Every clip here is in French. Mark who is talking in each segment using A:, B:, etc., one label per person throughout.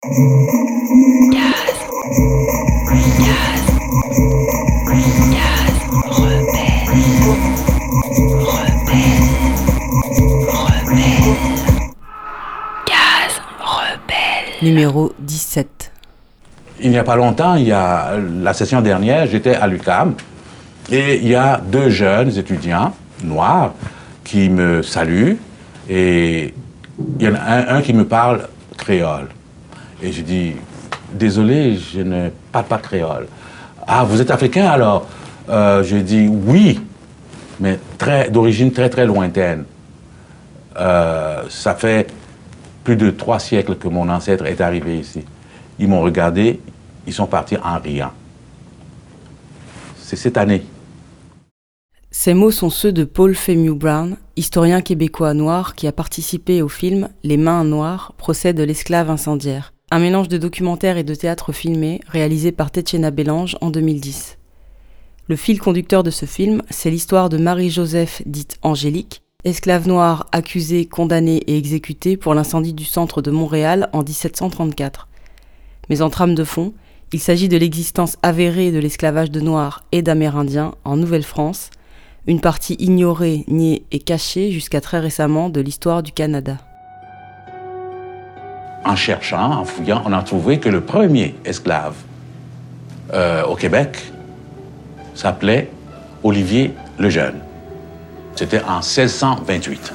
A: Numéro 17.
B: Il n'y a pas longtemps, il y a la session dernière, j'étais à l'UQAM et il y a deux jeunes étudiants noirs qui me saluent et il y en a un qui me parle créole. Et je dis, désolé, je ne parle pas créole. Ah, vous êtes africain alors? Je dis oui, mais d'origine très très lointaine. Ça fait plus de 3 siècles que mon ancêtre est arrivé ici. Ils m'ont regardé, ils sont partis en riant. C'est cette année.
A: Ces mots sont ceux de Paul Fému Brown, historien québécois noir qui a participé au film « Les mains noires, procès de l'esclave incendiaire », un mélange de documentaire et de théâtre filmé réalisé par Tetchena Bélange en 2010. Le fil conducteur de ce film, c'est l'histoire de Marie-Joseph, dite Angélique, esclave noire accusée, condamnée et exécutée pour l'incendie du centre de Montréal en 1734. Mais en trame de fond, il s'agit de l'existence avérée de l'esclavage de Noirs et d'Amérindiens en Nouvelle-France, une partie ignorée, niée et cachée jusqu'à très récemment de l'histoire du Canada.
B: En cherchant, en fouillant, on a trouvé que le premier esclave au Québec s'appelait Olivier Lejeune. C'était en 1628.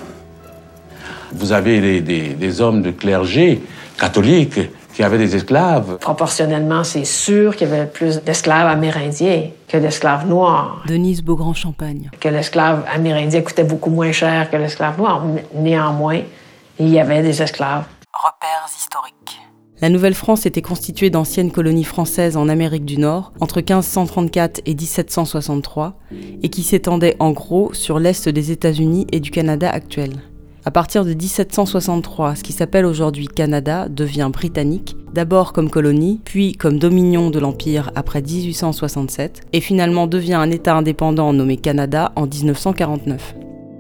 B: Vous avez des hommes de clergé catholiques qui avaient des esclaves.
C: Proportionnellement, c'est sûr qu'il y avait plus d'esclaves amérindiens que d'esclaves noirs.
A: Denise Beaugrand-Champagne.
C: Que l'esclave amérindien coûtait beaucoup moins cher que l'esclave noir. Néanmoins, il y avait des esclaves.
A: Repères historiques. La Nouvelle-France était constituée d'anciennes colonies françaises en Amérique du Nord entre 1534 et 1763 et qui s'étendaient en gros sur l'est des États-Unis et du Canada actuel. À partir de 1763, ce qui s'appelle aujourd'hui Canada devient britannique, d'abord comme colonie, puis comme dominion de l'Empire après 1867, et finalement devient un État indépendant nommé Canada en 1949.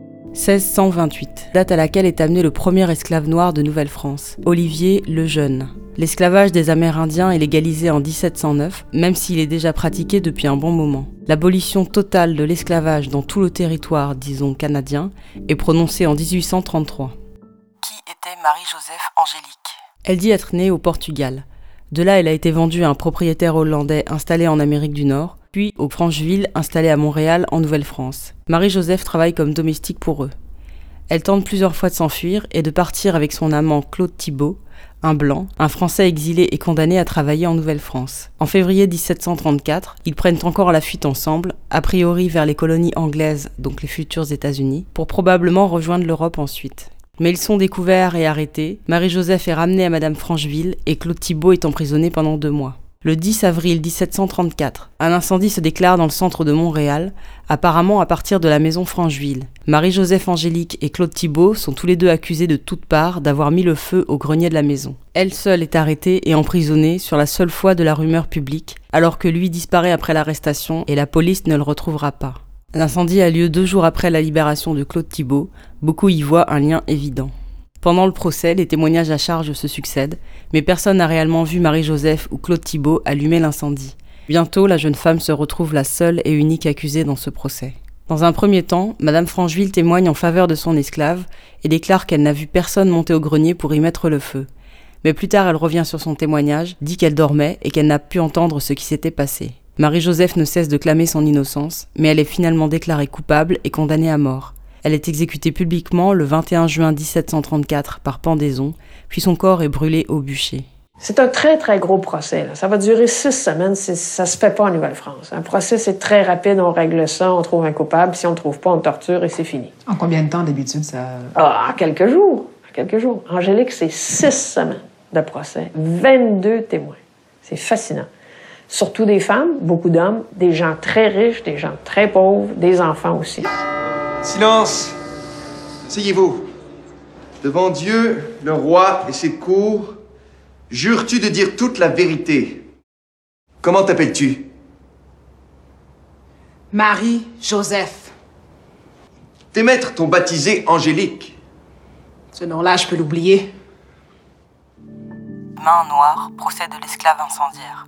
A: 1628, date à laquelle est amené le premier esclave noir de Nouvelle-France, Olivier Lejeune. L'esclavage des Amérindiens est légalisé en 1709, même s'il est déjà pratiqué depuis un bon moment. L'abolition totale de l'esclavage dans tout le territoire, disons canadien, est prononcée en 1833. Qui était Marie-Joseph Angélique? Elle dit être née au Portugal. De là, elle a été vendue à un propriétaire hollandais installé en Amérique du Nord, puis au Francheville installé à Montréal en Nouvelle-France. Marie-Joseph travaille comme domestique pour eux. Elle tente plusieurs fois de s'enfuir et de partir avec son amant Claude Thibault, un blanc, un Français exilé et condamné à travailler en Nouvelle-France. En février 1734, ils prennent encore la fuite ensemble, a priori vers les colonies anglaises, donc les futurs États-Unis, pour probablement rejoindre l'Europe ensuite. Mais ils sont découverts et arrêtés, Marie-Joseph est ramenée à Madame Francheville et Claude Thibault est emprisonné pendant 2 mois. Le 10 avril 1734, un incendie se déclare dans le centre de Montréal, apparemment à partir de la maison Francheville. Marie-Joseph Angélique et Claude Thibault sont tous les deux accusés de toutes parts d'avoir mis le feu au grenier de la maison. Elle seule est arrêtée et emprisonnée sur la seule foi de la rumeur publique, alors que lui disparaît après l'arrestation et la police ne le retrouvera pas. L'incendie a lieu 2 jours après la libération de Claude Thibault. Beaucoup y voient un lien évident. Pendant le procès, les témoignages à charge se succèdent, mais personne n'a réellement vu Marie-Joseph ou Claude Thibault allumer l'incendie. Bientôt, la jeune femme se retrouve la seule et unique accusée dans ce procès. Dans un premier temps, Madame Francheville témoigne en faveur de son esclave et déclare qu'elle n'a vu personne monter au grenier pour y mettre le feu. Mais plus tard, elle revient sur son témoignage, dit qu'elle dormait et qu'elle n'a pu entendre ce qui s'était passé. Marie-Joseph ne cesse de clamer son innocence, mais elle est finalement déclarée coupable et condamnée à mort. Elle est exécutée publiquement le 21 juin 1734 par pendaison, puis son corps est brûlé au bûcher.
C: C'est un très, très gros procès. Là. Ça va durer 6 semaines. Ça se fait pas en Nouvelle-France. Un procès, c'est très rapide. On règle ça, on trouve un coupable. Si on ne trouve pas, on torture et c'est fini.
D: En combien de temps, d'habitude, ça...
C: En quelques jours. En quelques jours. Angélique, c'est 6 semaines de procès. 22 témoins. C'est fascinant. Surtout des femmes, beaucoup d'hommes, des gens très riches, des gens très pauvres, des enfants aussi.
E: Silence! Asseyez-vous. Devant Dieu, le roi et ses cours, jures-tu de dire toute la vérité? Comment t'appelles-tu?
D: Marie-Joseph.
E: Tes maîtres t'ont baptisé Angélique.
D: Ce nom-là, je peux l'oublier.
A: main noire, procès de l'esclave incendiaire.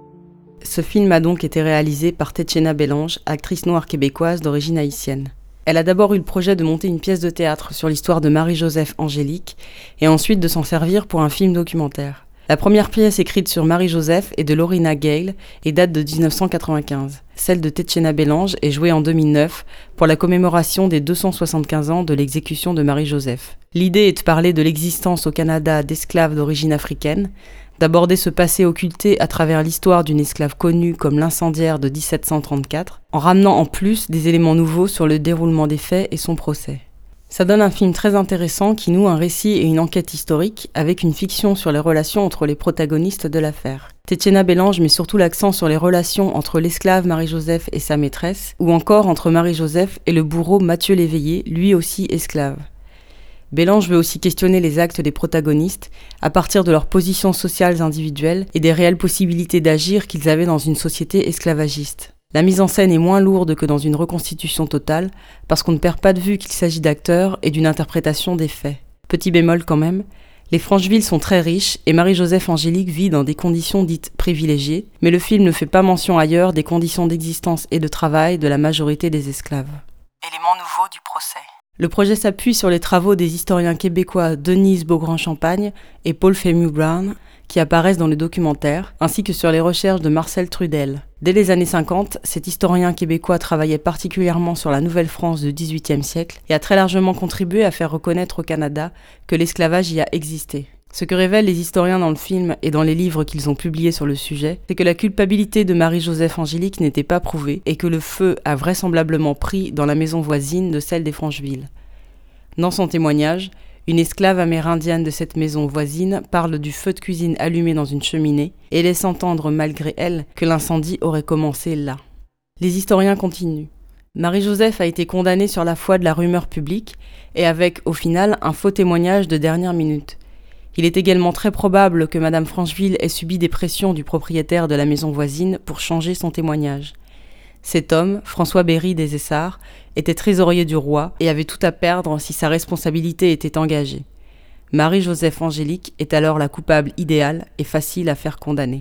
A: Ce film a donc été réalisé par Tetchena Bellange, actrice noire québécoise d'origine haïtienne. Elle a d'abord eu le projet de monter une pièce de théâtre sur l'histoire de Marie-Joseph Angélique et ensuite de s'en servir pour un film documentaire. La première pièce écrite sur Marie-Joseph est de Lorena Gale et date de 1995. Celle de Tetchena Bellange est jouée en 2009 pour la commémoration des 275 ans de l'exécution de Marie-Joseph. L'idée est de parler de l'existence au Canada d'esclaves d'origine africaine, d'aborder ce passé occulté à travers l'histoire d'une esclave connue comme l'incendiaire de 1734, en ramenant en plus des éléments nouveaux sur le déroulement des faits et son procès. Ça donne un film très intéressant qui noue un récit et une enquête historique avec une fiction sur les relations entre les protagonistes de l'affaire. Tetchena Bellange met surtout l'accent sur les relations entre l'esclave Marie-Joseph et sa maîtresse, ou encore entre Marie-Joseph et le bourreau Mathieu Léveillé, lui aussi esclave. Bellange veut aussi questionner les actes des protagonistes à partir de leurs positions sociales individuelles et des réelles possibilités d'agir qu'ils avaient dans une société esclavagiste. La mise en scène est moins lourde que dans une reconstitution totale, parce qu'on ne perd pas de vue qu'il s'agit d'acteurs et d'une interprétation des faits. Petit bémol quand même, les Francheville sont très riches et Marie-Joseph Angélique vit dans des conditions dites privilégiées, mais le film ne fait pas mention ailleurs des conditions d'existence et de travail de la majorité des esclaves. Élément nouveau du procès. Le projet s'appuie sur les travaux des historiens québécois Denise Beaugrand-Champagne et Paul Fému-Brown, qui apparaissent dans le documentaire, ainsi que sur les recherches de Marcel Trudel. Dès les années 50, cet historien québécois travaillait particulièrement sur la Nouvelle-France du XVIIIe siècle et a très largement contribué à faire reconnaître au Canada que l'esclavage y a existé. Ce que révèlent les historiens dans le film et dans les livres qu'ils ont publiés sur le sujet, c'est que la culpabilité de Marie-Joseph Angélique n'était pas prouvée et que le feu a vraisemblablement pris dans la maison voisine de celle des Francheville. Dans son témoignage, une esclave amérindienne de cette maison voisine parle du feu de cuisine allumé dans une cheminée et laisse entendre malgré elle que l'incendie aurait commencé là. Les historiens continuent. Marie-Joseph a été condamnée sur la foi de la rumeur publique et avec, au final, un faux témoignage de dernière minute. Il est également très probable que Madame Francheville ait subi des pressions du propriétaire de la maison voisine pour changer son témoignage. Cet homme, François Berry des Essarts, était trésorier du roi et avait tout à perdre si sa responsabilité était engagée. Marie-Joseph Angélique est alors la coupable idéale et facile à faire condamner.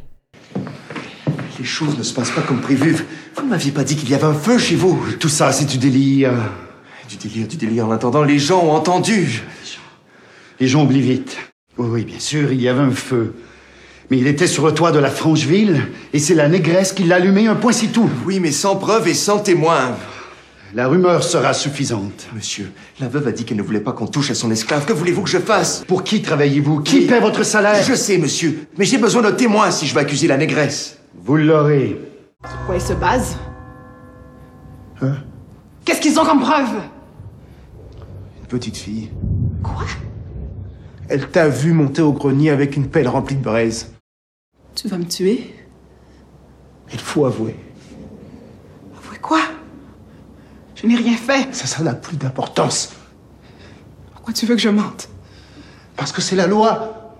E: Les choses ne se passent pas comme prévu. Vous ne m'aviez pas dit qu'il y avait un feu chez vous.
F: Tout ça, c'est du délire.
E: Du délire. En attendant, les gens ont entendu.
F: Les gens oublient vite. Oui, bien sûr, il y avait un feu. Mais il était sur le toit de la Francheville, et c'est la négresse qui l'a allumé, un point c'est tout.
E: Oui, mais sans preuve et sans témoin.
F: La rumeur sera suffisante.
E: Monsieur, la veuve a dit qu'elle ne voulait pas qu'on touche à son esclave. Que voulez-vous que je fasse?
F: Pour qui travaillez-vous? Qui paie votre salaire?
E: Je sais, monsieur, mais j'ai besoin d'un témoin si je veux accuser la négresse.
F: Vous l'aurez.
D: Sur quoi ils se basent?
F: Hein?
D: Qu'est-ce qu'ils ont comme preuve?
G: Une petite fille.
D: Quoi?
G: Elle t'a vu monter au grenier avec une pelle remplie de braise.
D: Tu vas me tuer?
G: Il faut avouer.
D: Avouer quoi? Je n'ai rien fait.
G: Ça n'a plus d'importance.
D: Pourquoi tu veux que je mente?
G: Parce que c'est la loi.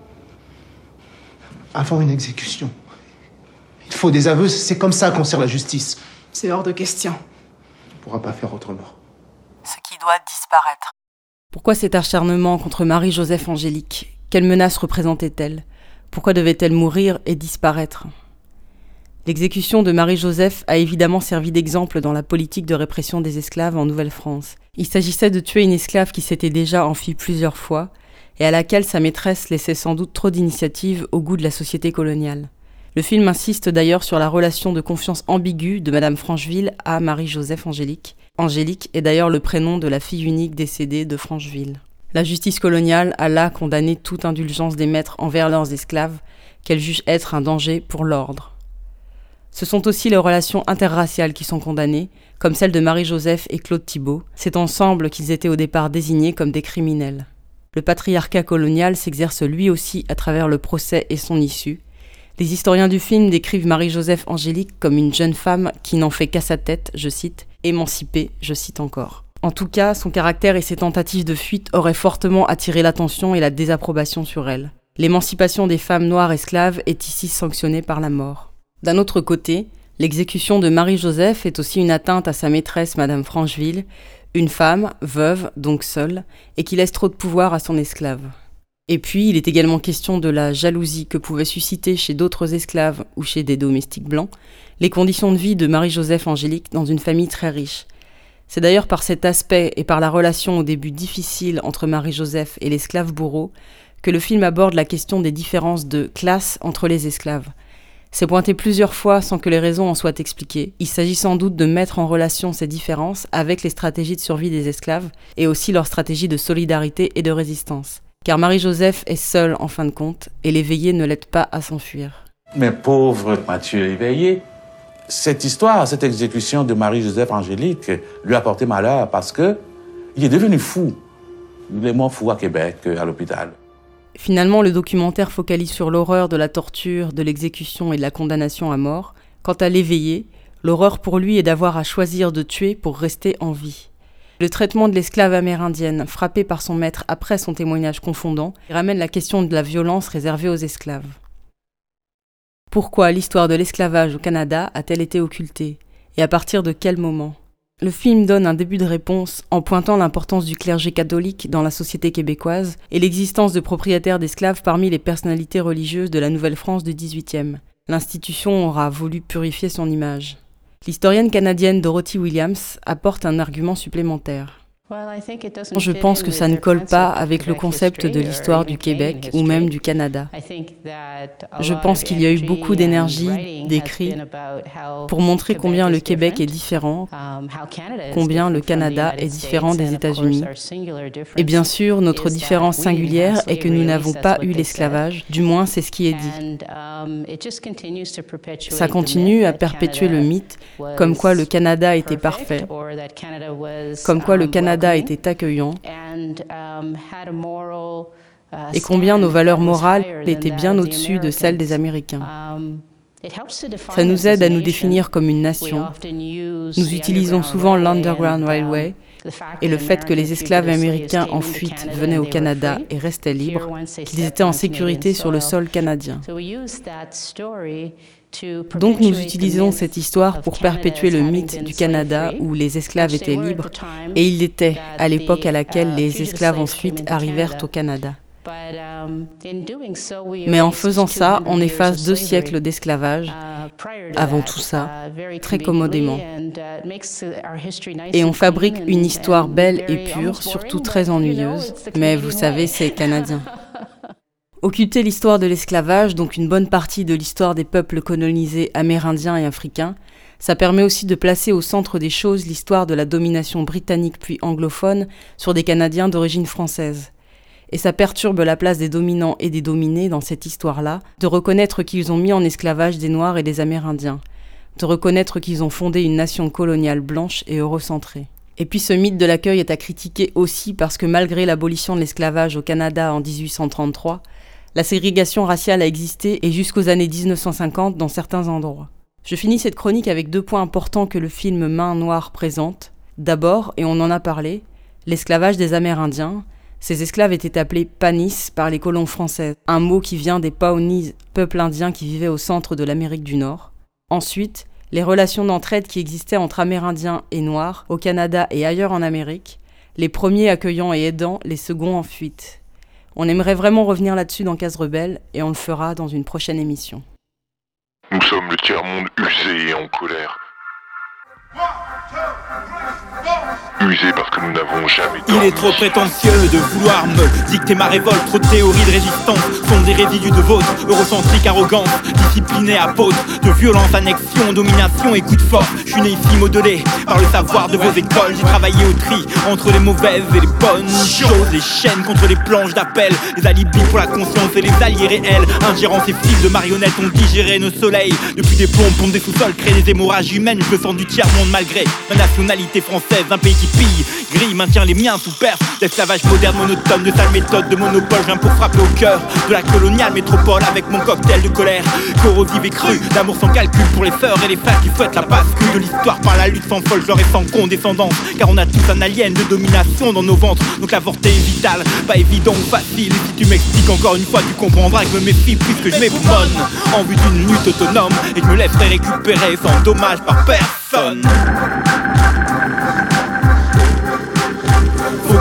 G: Avant une exécution, il faut des aveux. C'est comme ça qu'on sert la justice.
D: C'est hors de question.
G: On ne pourra pas faire autrement.
A: Ce qui doit disparaître. Pourquoi cet acharnement contre Marie-Joseph Angélique? Quelle menace représentait-elle? Pourquoi devait-elle mourir et disparaître? L'exécution de Marie-Joseph a évidemment servi d'exemple dans la politique de répression des esclaves en Nouvelle-France. Il s'agissait de tuer une esclave qui s'était déjà enfuie plusieurs fois et à laquelle sa maîtresse laissait sans doute trop d'initiative au goût de la société coloniale. Le film insiste d'ailleurs sur la relation de confiance ambiguë de Madame Francheville à Marie-Joseph Angélique. Angélique est d'ailleurs le prénom de la fille unique décédée de Francheville. La justice coloniale a là condamné toute indulgence des maîtres envers leurs esclaves qu'elle juge être un danger pour l'ordre. Ce sont aussi les relations interraciales qui sont condamnées, comme celle de Marie-Joseph et Claude Thibault. C'est ensemble qu'ils étaient au départ désignés comme des criminels. Le patriarcat colonial s'exerce lui aussi à travers le procès et son issue. Les historiens du film décrivent Marie-Joseph Angélique comme une jeune femme qui n'en fait qu'à sa tête, je cite, émancipée, je cite encore. En tout cas, son caractère et ses tentatives de fuite auraient fortement attiré l'attention et la désapprobation sur elle. L'émancipation des femmes noires esclaves est ici sanctionnée par la mort. D'un autre côté, l'exécution de Marie-Joseph est aussi une atteinte à sa maîtresse, Madame Francheville, une femme, veuve, donc seule, et qui laisse trop de pouvoir à son esclave. Et puis, il est également question de la jalousie que pouvaient susciter chez d'autres esclaves ou chez des domestiques blancs les conditions de vie de Marie-Joseph Angélique dans une famille très riche. C'est d'ailleurs par cet aspect et par la relation au début difficile entre Marie-Joseph et l'esclave bourreau que le film aborde la question des différences de classe entre les esclaves. C'est pointé plusieurs fois sans que les raisons en soient expliquées. Il s'agit sans doute de mettre en relation ces différences avec les stratégies de survie des esclaves et aussi leurs stratégies de solidarité et de résistance. Car Marie-Joseph est seule en fin de compte et l'éveillé ne l'aide pas à s'enfuir.
B: Mais pauvre Mathieu Éveillé, cette histoire, cette exécution de Marie-Joseph Angélique lui a porté malheur parce qu'il est devenu fou. Il est mort fou à Québec, à l'hôpital.
A: Finalement, le documentaire focalise sur l'horreur de la torture, de l'exécution et de la condamnation à mort. Quant à l'éveillé, l'horreur pour lui est d'avoir à choisir de tuer pour rester en vie. Le traitement de l'esclave amérindienne, frappée par son maître après son témoignage confondant, ramène la question de la violence réservée aux esclaves. Pourquoi l'histoire de l'esclavage au Canada a-t-elle été occultée ? Et à partir de quel moment ? Le film donne un début de réponse en pointant l'importance du clergé catholique dans la société québécoise et l'existence de propriétaires d'esclaves parmi les personnalités religieuses de la Nouvelle-France du XVIIIe. L'institution aura voulu purifier son image. L'historienne canadienne Dorothy Williams apporte un argument supplémentaire. Je pense que ça ne colle pas avec le concept de l'histoire du Québec ou même du Canada. Je pense qu'il y a eu beaucoup d'énergie, d'écrits, pour montrer combien le Québec est différent, combien le Canada est différent des États-Unis. Et bien sûr, notre différence singulière est que nous n'avons pas eu l'esclavage, du moins c'est ce qui est dit. Ça continue à perpétuer le mythe comme quoi le Canada était parfait, comme quoi le Canada était accueillant et combien nos valeurs morales étaient bien au-dessus de celles des Américains. Ça nous aide à nous définir comme une nation. Nous utilisons souvent l'Underground Railway et le fait que les esclaves américains en fuite venaient au Canada et restaient libres, qu'ils étaient en sécurité sur le sol canadien. Donc nous utilisons cette histoire pour perpétuer le mythe du Canada où les esclaves étaient libres, et ils l'étaient à l'époque à laquelle les esclaves en fuite arrivèrent au Canada. Mais en faisant ça, on efface 2 siècles d'esclavage, avant tout ça, très commodément. Et on fabrique une histoire belle et pure, surtout très ennuyeuse, mais vous savez, c'est canadien. Occulter l'histoire de l'esclavage, donc une bonne partie de l'histoire des peuples colonisés amérindiens et africains, ça permet aussi de placer au centre des choses l'histoire de la domination britannique puis anglophone sur des Canadiens d'origine française. Et ça perturbe la place des dominants et des dominés dans cette histoire-là, de reconnaître qu'ils ont mis en esclavage des Noirs et des Amérindiens, de reconnaître qu'ils ont fondé une nation coloniale blanche et eurocentrée. Et puis ce mythe de l'accueil est à critiquer aussi parce que malgré l'abolition de l'esclavage au Canada en 1833, la ségrégation raciale a existé et jusqu'aux années 1950 dans certains endroits. Je finis cette chronique avec 2 points importants que le film Main Noire présente. D'abord, et on en a parlé, l'esclavage des Amérindiens. Ces esclaves étaient appelés panis par les colons français, un mot qui vient des Pawnees, peuple indien qui vivait au centre de l'Amérique du Nord. Ensuite, les relations d'entraide qui existaient entre Amérindiens et Noirs au Canada et ailleurs en Amérique, les premiers accueillant et aidant, les seconds en fuite. On aimerait vraiment revenir là-dessus dans Case Rebelle et on le fera dans une prochaine émission.
H: Nous sommes le tiers-monde usé et en colère. Usé parce que nous n'avons jamais dormi.
I: Il est trop prétentieux de vouloir me dicter ma révolte. Trop de théories de résistance sont des résidus de vôtre. Eurocentrique, arrogance, discipliné, apôtre de violence, annexion, domination et coup de force. Je suis né ici modelé par le savoir de vos écoles. J'ai travaillé au tri entre les mauvaises et les bonnes choses. Les chaînes contre les planches d'appel, les alibis pour la conscience et les alliés réels. Ingérence et fils de marionnettes ont digéré nos soleils. Depuis des plombs, pompent des sous-sols, créent des hémorrages humaines. Je me sens du tiers-monde malgré ma nationalité française. Un pays qui pille, grille, maintient les miens sous perf. L'esclavage moderne, monotone, de sales méthodes de monopole. Je viens pour frapper au cœur de la coloniale métropole avec mon cocktail de colère corrosive et crue, d'amour sans calcul pour les sœurs et les frères qui souhaitent la bascule de l'histoire par la lutte sans folklore et sans condescendance. Car on a tous un alien de domination dans nos ventres, donc l'avorter est vital, pas évident ou facile. Et si tu m'expliques encore une fois, tu comprendras que je me méfie puisque je m'éboumonne en vue d'une lutte autonome et que je me laisserai récupérer sans dommage par personne. Faut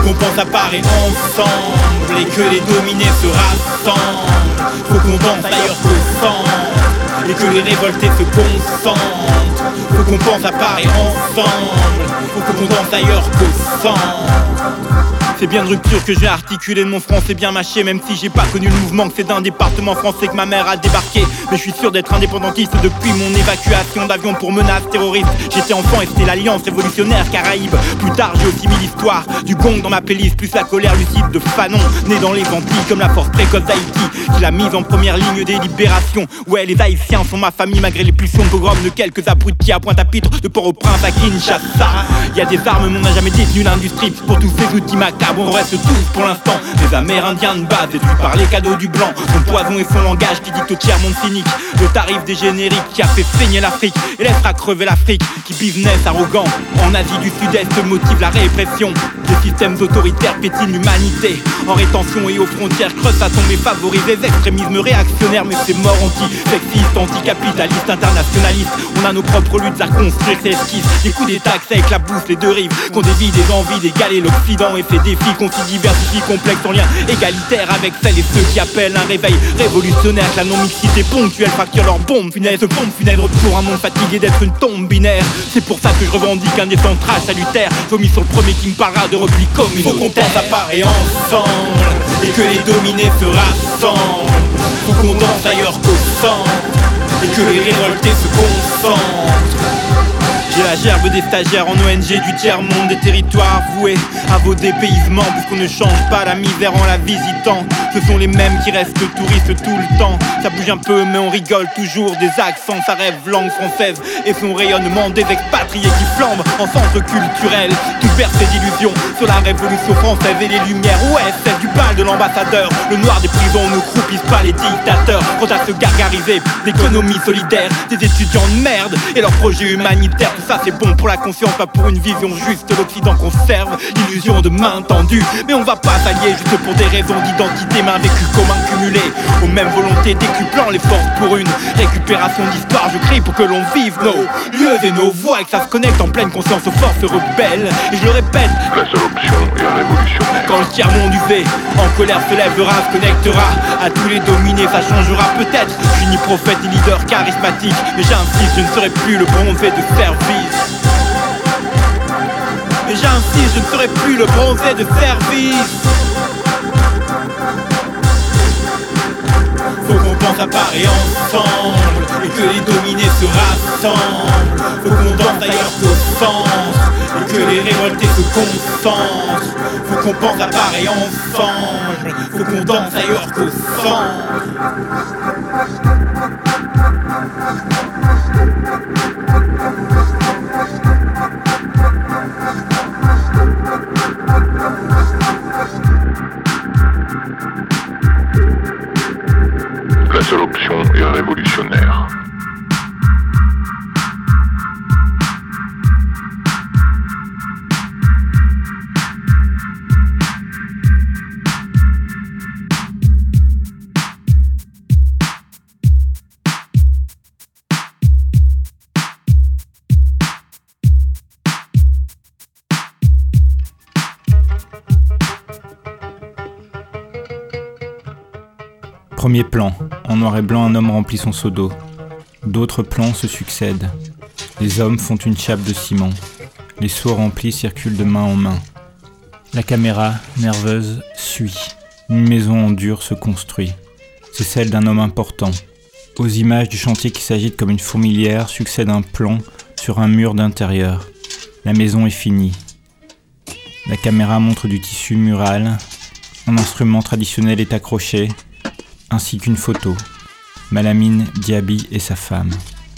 I: qu'on pense à part et ensemble, et que les dominés se rassemblent. Faut qu'on danse ailleurs qu'au centre, et que les révoltés se concentrent. Faut qu'on pense à part et ensemble, faut qu'on danse ailleurs qu'au centre. C'est bien de rupture que j'ai articulé de mon français bien mâché. Même si j'ai pas connu le mouvement, que c'est d'un département français que ma mère a débarqué. Mais je suis sûr d'être indépendantiste depuis mon évacuation d'avion pour menace terroriste. J'étais enfant et c'était l'Alliance révolutionnaire Caraïbes. Plus tard j'ai aussi mis l'histoire du gong dans ma playlist, plus la colère lucide de Fanon, né dans les Antilles comme la force précoce d'Haïti, qui l'a mise en première ligne des libérations. Ouais, les Haïtiens sont ma famille malgré les pulsions de pogrom de quelques abrutis à Pointe-à-Pitre, de Port-au-Prince à Kinshasa. Y a des armes mais on n'a jamais détenu l'industrie. Pour tous ces outils macabres on reste tous pour l'instant des Amérindiens de base, détruits par les cadeaux du blanc. Son poison et son langage qui dicte au tiers-monde cynique le tarif des génériques qui a fait saigner l'Afrique et laissera crever l'Afrique. Qui business arrogant en Asie du Sud-Est motive la répression. Des systèmes autoritaires piétinent l'humanité. En rétention et aux frontières creusent à tomber favorise les extrémismes réactionnaires. Mais c'est mort anti-sexiste, anti-capitaliste, internationaliste. On a nos propres luttes à construire, c'est esquisse. Des coups d'état que avec la bouffe les deux rives, qu'on dévie des envies d'égaler l'Occident et ses défis, qu'on s'y diversifie complexe en lien égalitaire avec celles et ceux qui appellent un réveil révolutionnaire. Que la non-mixité ponctuelle fracture leurs bombes funèbres. Ce pompe funèbre pour un monde fatigué d'être une tombe binaire. C'est pour ça que je revendique un décentrage salutaire. Vomis sur le premier qui me parlera de repli communautaire. Faut qu'on pense à part et ensemble, et que les dominés se rassemblent. Faut qu'on danse ailleurs qu'au centre, et que les révoltés se concentrent. J'ai la gerbe des stagiaires en ONG du tiers-monde, des territoires voués à vos dépaysements. Puisqu'on ne change pas la misère en la visitant. Ce sont les mêmes qui restent touristes tout le temps. Ça bouge un peu mais on rigole toujours des accents. Ça rêve langue française et son rayonnement. Des expatriés qui flambent en centre culturel, tout bercé d'illusions sur la révolution française et les lumières. Ouais, celle du bal de l'ambassadeur. Le noir des prisons ne croupissent pas les dictateurs. Quant à se gargariser d'économie solidaire, des étudiants de merde et leurs projets humanitaires. Ça c'est bon pour la conscience, pas pour une vision juste. L'Occident conserve l'illusion de main tendue, mais on va pas s'allier juste pour des raisons d'identité. Main vécue commun cumulé aux mêmes volontés, décuplant les forces pour une récupération d'histoire. Je crie pour que l'on vive nos lieux et nos voix, et que ça se connecte en pleine conscience aux forces rebelles. Et je le répète,
H: la seule option est révolutionnaire.
I: quand le tiers-monde usé en colère se lèvera, se connectera à tous les dominés, ça changera peut-être. Je suis ni prophète ni leader charismatique, mais j'insiste, je ne serai plus le bronzé de service. Et j'insiste, je ne serai plus le bronzé de service. Faut qu'on pense à part et ensemble, et que les dominés se rassemblent. Faut qu'on danse ailleurs qu'au centre, et que les révoltés se concentrent. Faut qu'on pense à part et ensemble, faut qu'on danse ailleurs qu'au centre.
H: La seule option est révolutionnaire.
J: Premier plan, en noir et blanc, un homme remplit son seau d'eau. D'autres plans se succèdent. Les hommes font une chape de ciment. Les seaux remplis circulent de main en main. La caméra, nerveuse, suit. Une maison en dur se construit. C'est celle d'un homme important. Aux images du chantier qui s'agite comme une fourmilière succède un plan sur un mur d'intérieur. La maison est finie. La caméra montre du tissu mural. Un instrument traditionnel est accroché, ainsi qu'une photo. Malamine Diaby et sa femme.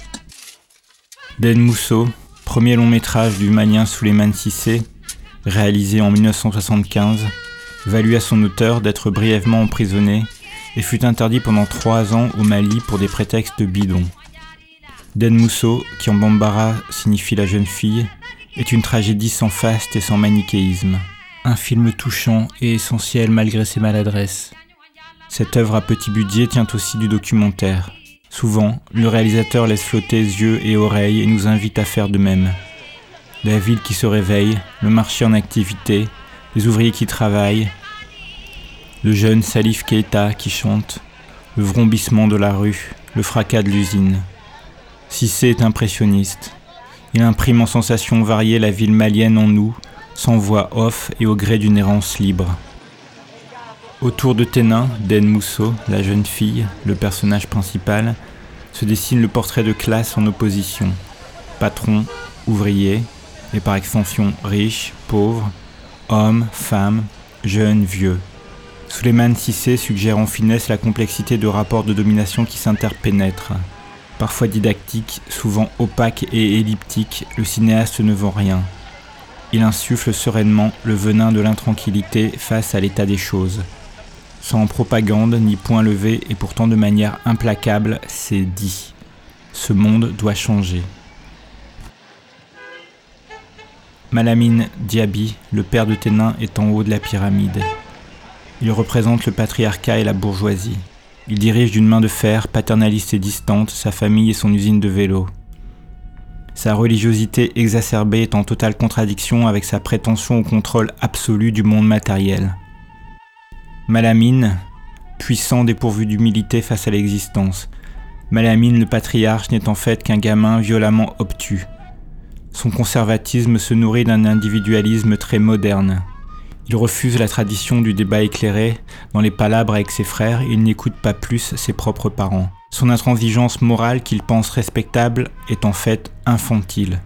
J: Ben Mousseau, premier long métrage du malien Souleymane Cissé, réalisé en 1975, valut à son auteur d'être brièvement emprisonné et fut interdit pendant 3 ans au Mali pour des prétextes bidons. Den Mousseau, qui en bambara signifie la jeune fille, est une tragédie sans faste et sans manichéisme. Un film touchant et essentiel malgré ses maladresses. Cette œuvre à petit budget tient aussi du documentaire. Souvent, le réalisateur laisse flotter yeux et oreilles et nous invite à faire de même. La ville qui se réveille, le marché en activité, les ouvriers qui travaillent, le jeune Salif Keita qui chante, le vrombissement de la rue, le fracas de l'usine. Cissé est impressionniste. Il imprime en sensations variées la ville malienne en nous, sans voix off et au gré d'une errance libre. Autour de Ténin, Den Mousso, la jeune fille, le personnage principal, se dessine le portrait de classe en opposition. Patron, ouvrier, et par extension riche, pauvre, homme, femme, jeune, vieux. Souleymane Cissé suggère en finesse la complexité de rapports de domination qui s'interpénètrent. Parfois didactique, souvent opaque et elliptique, le cinéaste ne vend rien. Il insuffle sereinement le venin de l'intranquillité face à l'état des choses. Sans propagande ni point levé et pourtant de manière implacable, c'est dit. Ce monde doit changer. Malamine Diaby, le père de Ténin, est en haut de la pyramide. Il représente le patriarcat et la bourgeoisie. Il dirige d'une main de fer, paternaliste et distante, sa famille et son usine de vélos. Sa religiosité exacerbée est en totale contradiction avec sa prétention au contrôle absolu du monde matériel. Malamine, puissant dépourvu d'humilité face à l'existence. Malamine, le patriarche, n'est en fait qu'un gamin violemment obtus. Son conservatisme se nourrit d'un individualisme très moderne. Il refuse la tradition du débat éclairé, dans les palabres avec ses frères, il n'écoute pas plus ses propres parents. Son intransigeance morale qu'il pense respectable est en fait infantile.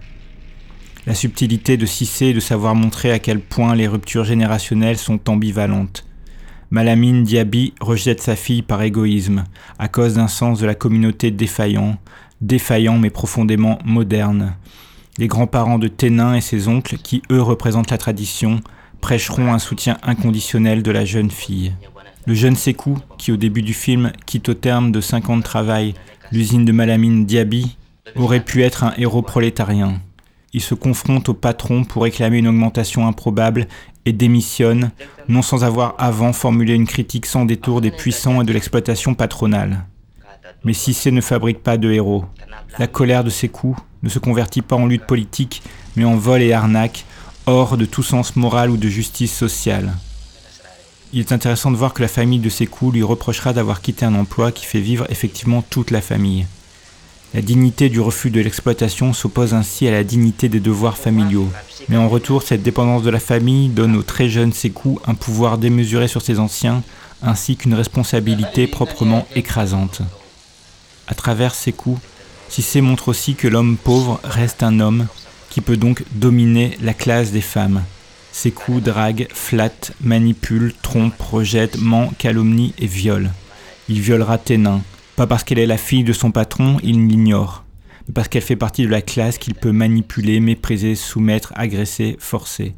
J: La subtilité de Cissé est de savoir montrer à quel point les ruptures générationnelles sont ambivalentes. Malamine Diaby rejette sa fille par égoïsme, à cause d'un sens de la communauté défaillant mais profondément moderne. Les grands-parents de Ténin et ses oncles, qui eux représentent la tradition, prêcheront un soutien inconditionnel de la jeune fille. Le jeune Sékou, qui au début du film quitte au terme de 5 ans de travail l'usine de Malamine Diaby, aurait pu être un héros prolétarien. Il se confronte au patron pour réclamer une augmentation improbable et démissionne, non sans avoir avant formulé une critique sans détour des puissants et de l'exploitation patronale. Mais Cissé ne fabrique pas de héros. La colère de Sékou ne se convertit pas en lutte politique, mais en vol et arnaque, hors de tout sens moral ou de justice sociale. Il est intéressant de voir que la famille de Sékou lui reprochera d'avoir quitté un emploi qui fait vivre effectivement toute la famille. La dignité du refus de l'exploitation s'oppose ainsi à la dignité des devoirs familiaux. Mais en retour, cette dépendance de la famille donne au très jeune Sékou un pouvoir démesuré sur ses anciens, ainsi qu'une responsabilité proprement écrasante. À travers Sékou, Cissé montre aussi que l'homme pauvre reste un homme, qui peut donc dominer la classe des femmes. Sékou drague, flatte, manipule, trompe, rejette, ment, calomnie et viole. Il violera Ténin, pas parce qu'elle est la fille de son patron, il l'ignore, mais parce qu'elle fait partie de la classe qu'il peut manipuler, mépriser, soumettre, agresser, forcer.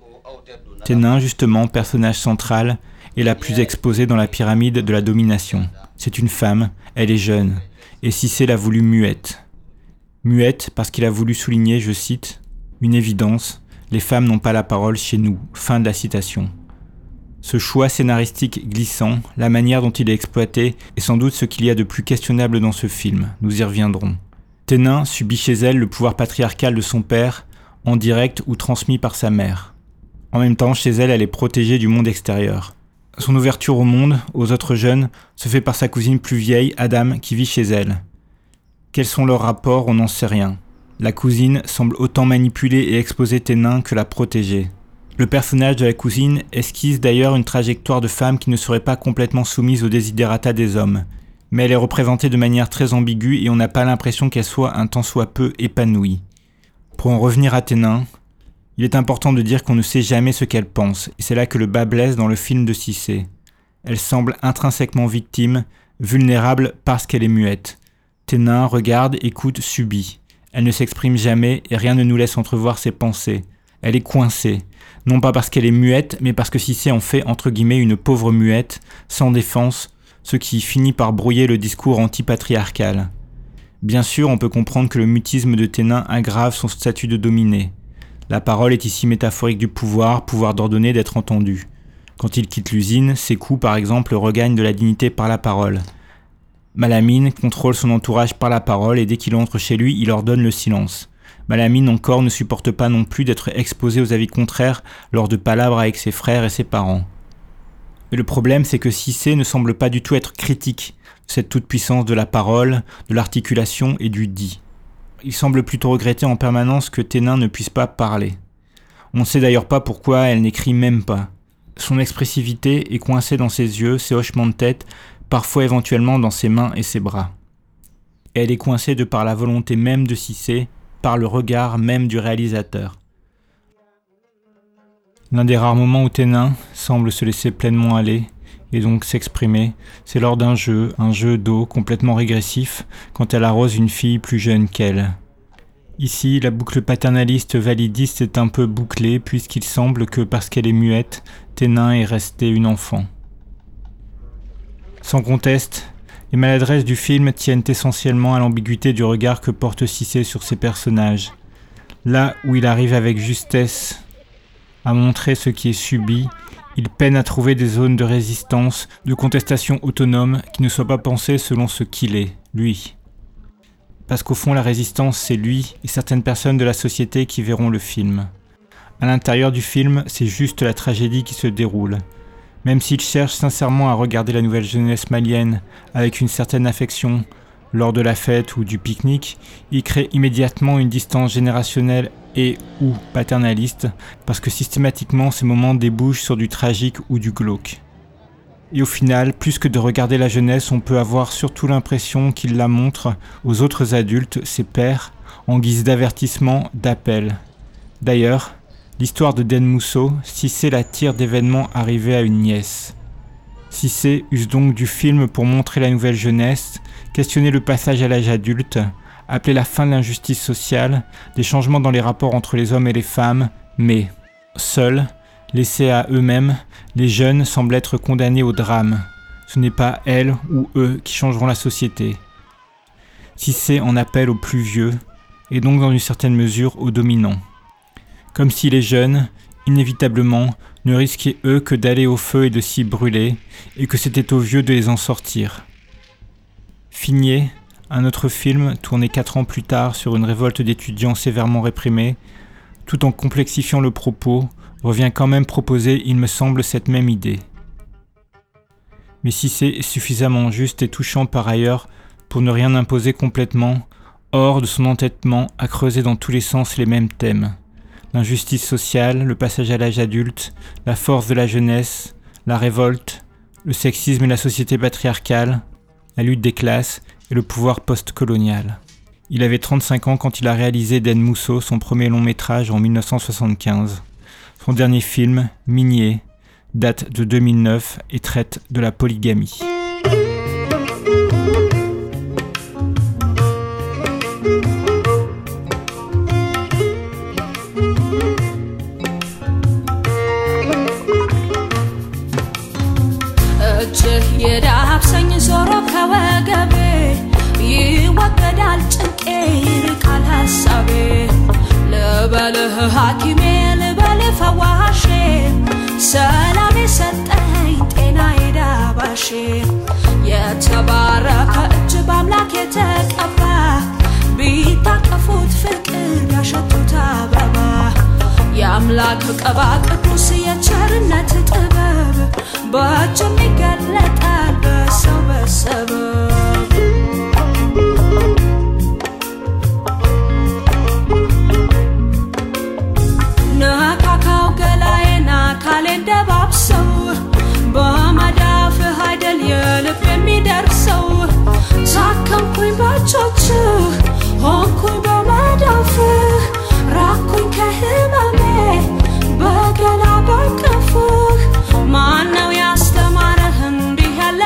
J: Ténin, justement, personnage central, est la plus exposée dans la pyramide de la domination. C'est une femme, elle est jeune, et Cissé l'a voulu muette. Muette parce qu'il a voulu souligner, je cite, « une évidence, les femmes n'ont pas la parole chez nous ». Fin de la citation. Ce choix scénaristique glissant, la manière dont il est exploité, est sans doute ce qu'il y a de plus questionnable dans ce film. Nous y reviendrons. Ténin subit chez elle le pouvoir patriarcal de son père, en direct ou transmis par sa mère. En même temps, chez elle, elle est protégée du monde extérieur. Son ouverture au monde, aux autres jeunes, se fait par sa cousine plus vieille, Adam, qui vit chez elle. Quels sont leurs rapports, on n'en sait rien. La cousine semble autant manipuler et exposer Ténin que la protéger. Le personnage de la cousine esquisse d'ailleurs une trajectoire de femme qui ne serait pas complètement soumise aux desiderata des hommes. Mais elle est représentée de manière très ambiguë et on n'a pas l'impression qu'elle soit un tant soit peu épanouie. Pour en revenir à Ténin, il est important de dire qu'on ne sait jamais ce qu'elle pense, et c'est là que le bas blesse dans le film de Cissé. Elle semble intrinsèquement victime, vulnérable parce qu'elle est muette. Ténin regarde, écoute, subit. Elle ne s'exprime jamais et rien ne nous laisse entrevoir ses pensées. Elle est coincée, non pas parce qu'elle est muette, mais parce que Cissé en fait entre guillemets une pauvre muette, sans défense, ce qui finit par brouiller le discours antipatriarcal. Bien sûr, on peut comprendre que le mutisme de Ténin aggrave son statut de dominé. La parole est ici métaphorique du pouvoir d'ordonner, d'être entendu. Quand il quitte l'usine, Sékou par exemple regagne de la dignité par la parole. Malamine contrôle son entourage par la parole et dès qu'il entre chez lui, il ordonne le silence. Malamine encore ne supporte pas non plus d'être exposée aux avis contraires lors de palabres avec ses frères et ses parents. Et le problème, c'est que Cissé ne semble pas du tout être critique de cette toute-puissance de la parole, de l'articulation et du dit. Il semble plutôt regretter en permanence que Ténin ne puisse pas parler. On ne sait d'ailleurs pas pourquoi elle n'écrit même pas. Son expressivité est coincée dans ses yeux, ses hochements de tête, parfois éventuellement dans ses mains et ses bras. Et elle est coincée de par la volonté même de Cissé, par le regard même du réalisateur. L'un des rares moments où Ténin semble se laisser pleinement aller, et donc s'exprimer, c'est lors d'un jeu, un jeu d'eau complètement régressif, quand elle arrose une fille plus jeune qu'elle. Ici, la boucle paternaliste validiste est un peu bouclée, puisqu'il semble que parce qu'elle est muette, Ténin est restée une enfant. Sans conteste, les maladresses du film tiennent essentiellement à l'ambiguïté du regard que porte Cissé sur ses personnages. Là où il arrive avec justesse à montrer ce qui est subi, il peine à trouver des zones de résistance, de contestation autonome qui ne soient pas pensées selon ce qu'il est, lui. Parce qu'au fond, la résistance, c'est lui et certaines personnes de la société qui verront le film. À l'intérieur du film, c'est juste la tragédie qui se déroule. Même s'il cherche sincèrement à regarder la nouvelle jeunesse malienne avec une certaine affection lors de la fête ou du pique-nique, il crée immédiatement une distance générationnelle et ou paternaliste, parce que systématiquement ces moments débouchent sur du tragique ou du glauque. Et au final, plus que de regarder la jeunesse, on peut avoir surtout l'impression qu'il la montre aux autres adultes, ses pairs, en guise d'avertissement, d'appel. D'ailleurs, l'histoire de Den Mousso, Cissé la tire d'événements arrivés à une nièce. Cissé use donc du film pour montrer la nouvelle jeunesse, questionner le passage à l'âge adulte, appeler la fin de l'injustice sociale, des changements dans les rapports entre les hommes et les femmes, mais, seuls, laissés à eux-mêmes, les jeunes semblent être condamnés au drame. Ce n'est pas elles ou eux qui changeront la société. Cissé en appelle aux plus vieux, et donc dans une certaine mesure aux dominants. Comme si les jeunes, inévitablement, ne risquaient eux que d'aller au feu et de s'y brûler, et que c'était aux vieux de les en sortir. Figné, un autre film tourné 4 ans plus tard sur une révolte d'étudiants sévèrement réprimés, tout en complexifiant le propos, revient quand même proposer, il me semble, cette même idée. Mais Cissé est suffisamment juste et touchant par ailleurs pour ne rien imposer complètement, hors de son entêtement à creuser dans tous les sens les mêmes thèmes. L'injustice sociale, le passage à l'âge adulte, la force de la jeunesse, la révolte, le sexisme et la société patriarcale, la lutte des classes et le pouvoir post-colonial. Il avait 35 ans quand il a réalisé Den Mousso, son premier long métrage en 1975. Son dernier film, Minier, date de 2009 et traite de la polygamie.
K: የተባረከ እጅ በአምላክ የተቀባ ቢታቀፉት ፍቅር ያሸቱት አበባ የአምላክ ቀባ ቅዱስ የቸርነት ጥበብ በእጅም ይገለጣል በሰው በሰበብ ነካካው ገላዬን አካሌን ደባብሰው በመዳፍህ አይደል የልብ የሚደርሰው ሳከምኩኝ በእጆችህ ሆንኩኝ በመዳፍህ ራኩኝ ከህመሜ በገላ በቅፍህ ማነው ያስተማረህ እንዲህ ያለ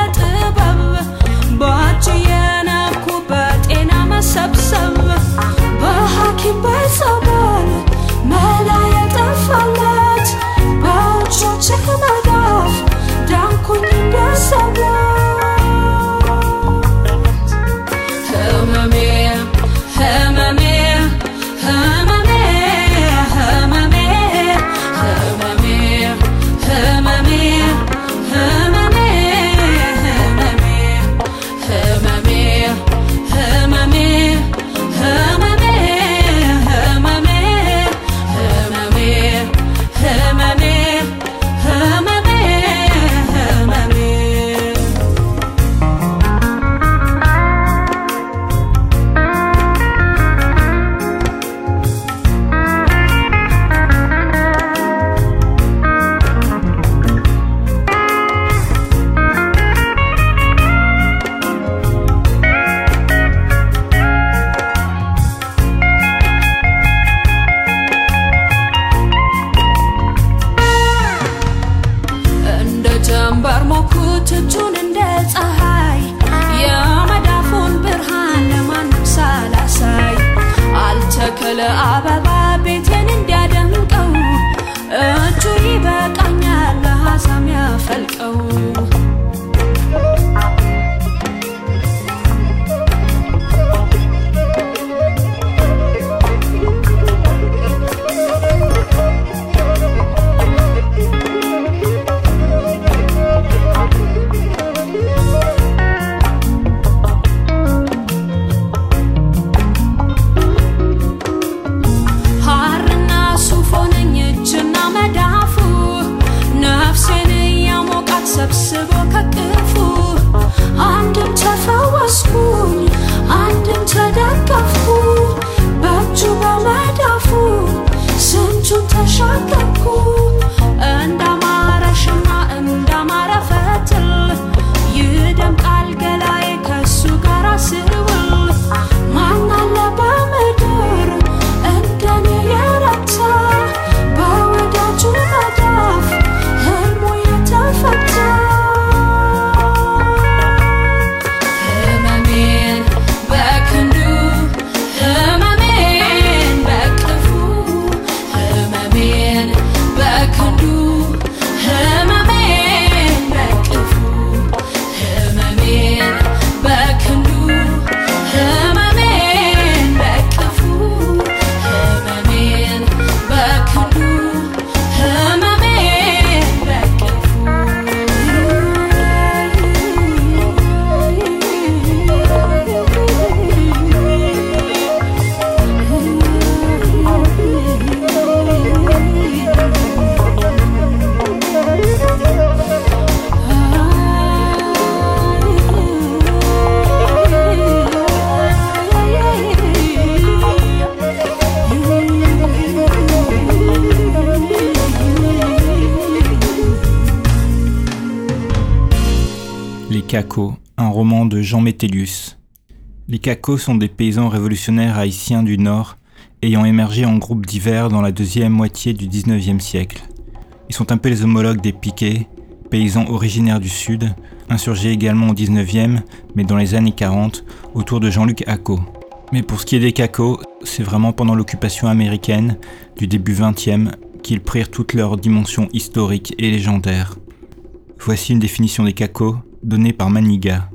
J: Cacos, un roman de Jean Métellius. Les Cacos sont des paysans révolutionnaires haïtiens du Nord, ayant émergé en groupes divers dans la deuxième moitié du XIXe siècle. Ils sont un peu les homologues des Piquets, paysans originaires du Sud, insurgés également au XIXe, mais dans les années 40, autour de Jean-Luc Hacot. Mais pour ce qui est des Cacos, c'est vraiment pendant l'occupation américaine du début XXe qu'ils prirent toute leur dimension historique et légendaire. Voici une définition des Cacos donnée par Maniga.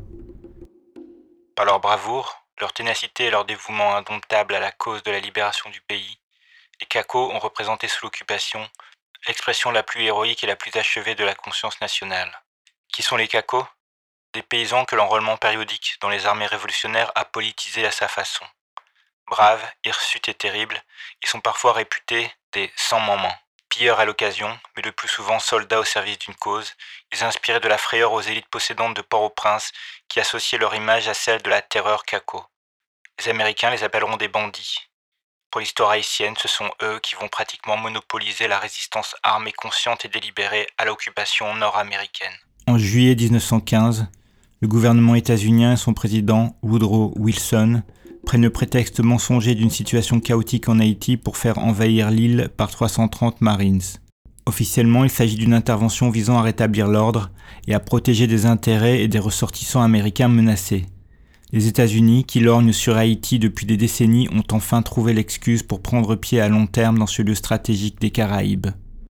J: Par leur bravoure, leur ténacité et leur dévouement indomptable à la cause de la libération du pays, les Cacos ont représenté sous l'occupation l'expression la plus héroïque et la plus achevée de la conscience nationale. Qui sont les Cacos ? Des paysans que l'enrôlement périodique dans les armées révolutionnaires a politisés à sa façon. Braves, hirsutes et terribles, ils sont parfois réputés des sans-mamans. Pilleurs à l'occasion, mais le plus souvent soldats au service d'une cause, ils inspiraient de la frayeur aux élites possédantes de Port-au-Prince qui associaient leur image à celle de la terreur Caco. Les Américains les appelleront des bandits. Pour l'histoire haïtienne, ce sont eux qui vont pratiquement monopoliser la résistance armée consciente et délibérée à l'occupation nord-américaine. En juillet 1915, le gouvernement états-unien et son président, Woodrow Wilson, prennent le prétexte mensonger d'une situation chaotique en Haïti pour faire envahir l'île par 330 Marines. Officiellement, il s'agit d'une intervention visant à rétablir l'ordre et à protéger des intérêts et des ressortissants américains menacés. Les États-Unis, qui lorgnent sur Haïti depuis des décennies, ont enfin trouvé l'excuse pour prendre pied à long terme dans ce lieu stratégique des Caraïbes.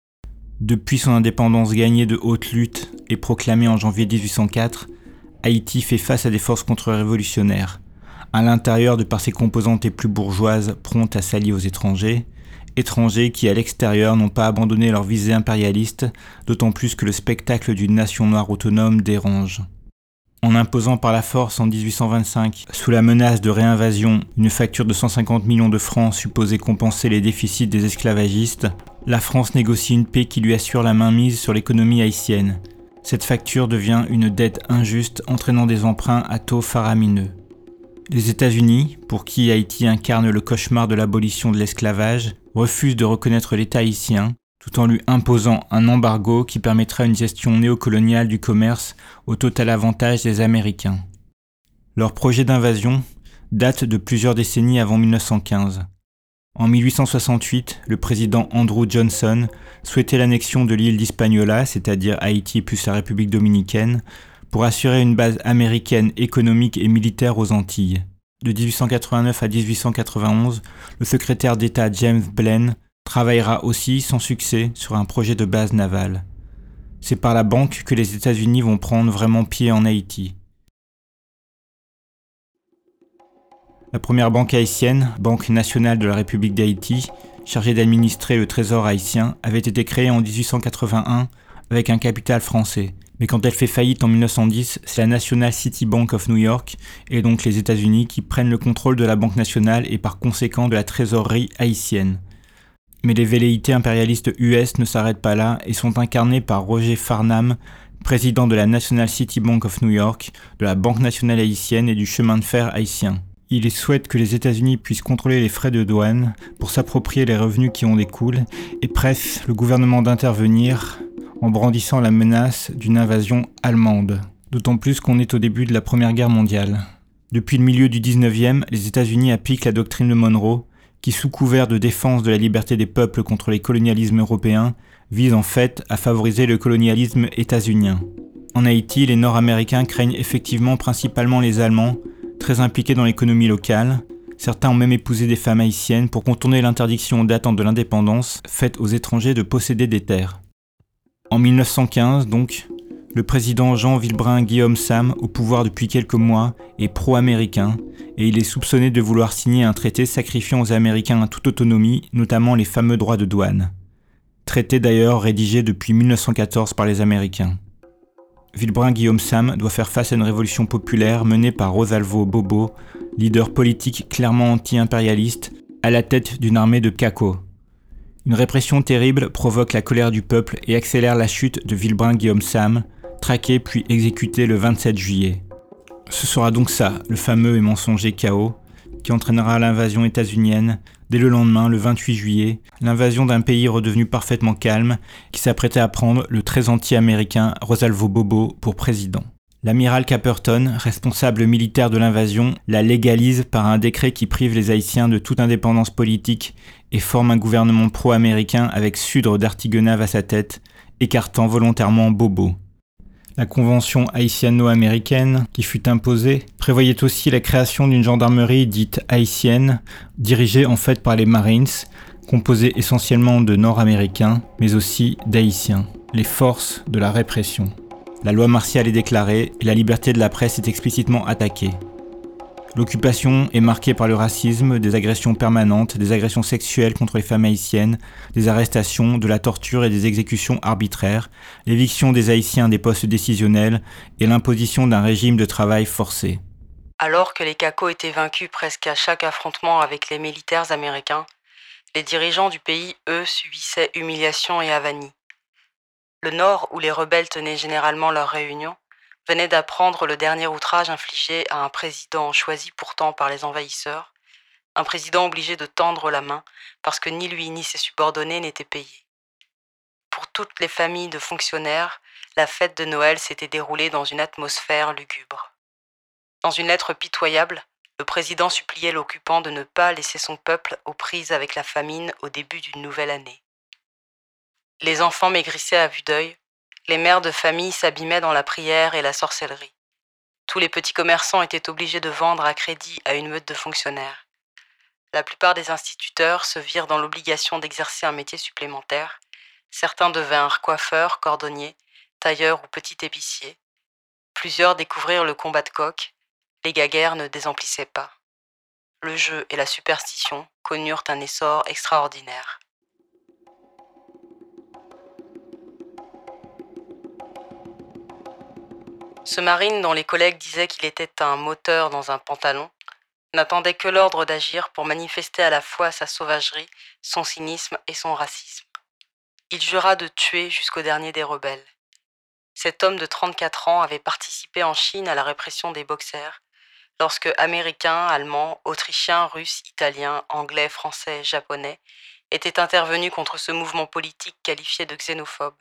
J: Depuis son indépendance gagnée de haute lutte et proclamée en janvier 1804, Haïti fait face à des forces contre-révolutionnaires. À l'intérieur de par ses composantes les plus bourgeoises promptes à s'allier aux étrangers qui à l'extérieur n'ont pas abandonné leur visée impérialiste, d'autant plus que le spectacle d'une nation noire autonome dérange. En imposant par la force en 1825, sous la menace de réinvasion, une facture de 150 millions de francs supposée compenser les déficits des esclavagistes, la France négocie une paix qui lui assure la mainmise sur l'économie haïtienne. Cette facture devient une dette injuste entraînant des emprunts à taux faramineux. Les États-Unis, pour qui Haïti incarne le cauchemar de l'abolition de l'esclavage, refusent de reconnaître l'État haïtien, tout en lui imposant un embargo qui permettra une gestion néocoloniale du commerce au total avantage des Américains. Leur projet d'invasion date de plusieurs décennies avant 1915. En 1868, le président Andrew Johnson souhaitait l'annexion de l'île d'Hispaniola, c'est-à-dire Haïti plus la République dominicaine, pour assurer une base américaine économique et militaire aux Antilles. De 1889 à 1891, le secrétaire d'État James Blaine travaillera aussi sans succès sur un projet de base navale. C'est par la banque que les États-Unis vont prendre vraiment pied en Haïti. La première banque haïtienne, Banque nationale de la République d'Haïti, chargée d'administrer le trésor haïtien, avait été créée en 1881 avec un capital français. Mais quand elle fait faillite en 1910, c'est la National City Bank of New York, et donc les États-Unis, qui prennent le contrôle de la Banque nationale et par conséquent de la trésorerie haïtienne. Mais les velléités impérialistes US ne s'arrêtent pas là et sont incarnées par Roger Farnham, président de la National City Bank of New York, de la Banque nationale haïtienne et du chemin de fer haïtien. Il souhaite que les États-Unis puissent contrôler les frais de douane pour s'approprier les revenus qui en découlent et presse le gouvernement d'intervenir en brandissant la menace d'une invasion allemande. D'autant plus qu'on est au début de la Première Guerre mondiale. Depuis le milieu du 19e, les États-Unis appliquent la doctrine de Monroe, qui, sous couvert de défense de la liberté des peuples contre les colonialismes européens, vise en fait à favoriser le colonialisme états-unien. En Haïti, les Nord-Américains craignent effectivement principalement les Allemands, très impliqués dans l'économie locale. Certains ont même épousé des femmes haïtiennes pour contourner l'interdiction datant de l'indépendance faite aux étrangers de posséder des terres. En 1915, donc, le président Jean-Vilbrun-Guillaume Sam, au pouvoir depuis quelques mois, est pro-américain et il est soupçonné de vouloir signer un traité sacrifiant aux Américains toute autonomie, notamment les fameux droits de douane. Traité d'ailleurs rédigé depuis 1914 par les Américains. Vilbrun-Guillaume Sam doit faire face à une révolution populaire menée par Rosalvo Bobo, leader politique clairement anti-impérialiste, à la tête d'une armée de Cacos. Une répression terrible provoque la colère du peuple et accélère la chute de Vilbrun-Guillaume Sam, traqué puis exécuté le 27 juillet. Ce sera donc ça, le fameux et mensonger chaos, qui entraînera l'invasion états-unienne dès le lendemain, le 28 juillet, l'invasion d'un pays redevenu parfaitement calme, qui s'apprêtait à prendre le très anti-américain Rosalvo Bobo pour président. L'amiral Caperton, responsable militaire de l'invasion, la légalise par un décret qui prive les Haïtiens de toute indépendance politique et forme un gouvernement pro-américain avec Sudre d'Artigonave à sa tête, écartant volontairement Bobo. La convention haïtiano-américaine, qui fut imposée, prévoyait aussi la création d'une gendarmerie dite haïtienne, dirigée en fait par les Marines, composée essentiellement de Nord-Américains, mais aussi d'Haïtiens, les forces de la répression. La loi martiale est déclarée et la liberté de la presse est explicitement attaquée. L'occupation est marquée par le racisme, des agressions permanentes, des agressions sexuelles contre les femmes haïtiennes, des arrestations, de la torture et des exécutions arbitraires, l'éviction des Haïtiens des postes décisionnels et l'imposition d'un régime de travail forcé.
A: Alors que les Cacos étaient vaincus presque à chaque affrontement avec les militaires américains, les dirigeants du pays, eux, subissaient humiliation et avanie. Le Nord, où les rebelles tenaient généralement leurs réunions, venait d'apprendre le dernier outrage infligé à un président choisi pourtant par les envahisseurs, un président obligé de tendre la main parce que ni lui ni ses subordonnés n'étaient payés. Pour toutes les familles de fonctionnaires, la fête de Noël s'était déroulée dans une atmosphère lugubre. Dans une lettre pitoyable, le président suppliait l'occupant de ne pas laisser son peuple aux prises avec la famine au début d'une nouvelle année. Les enfants maigrissaient à vue d'œil, les mères de famille s'abîmaient dans la prière et la sorcellerie. Tous les petits commerçants étaient obligés de vendre à crédit à une meute de fonctionnaires. La plupart des instituteurs se virent dans l'obligation d'exercer un métier supplémentaire. Certains devinrent coiffeurs, cordonniers, tailleurs ou petits épiciers. Plusieurs découvrirent le combat de coq. Les guéguerres ne désemplissaient pas. Le jeu et la superstition connurent un essor extraordinaire. Ce marine, dont les collègues disaient qu'il était un moteur dans un pantalon, n'attendait que l'ordre d'agir pour manifester à la fois sa sauvagerie, son cynisme et son racisme. Il jura de tuer jusqu'au dernier des rebelles. Cet homme de 34 ans avait participé en Chine à la répression des boxers, lorsque Américains, Allemands, Autrichiens, Russes, Italiens, Anglais, Français, Japonais étaient intervenus contre ce mouvement politique qualifié de xénophobe.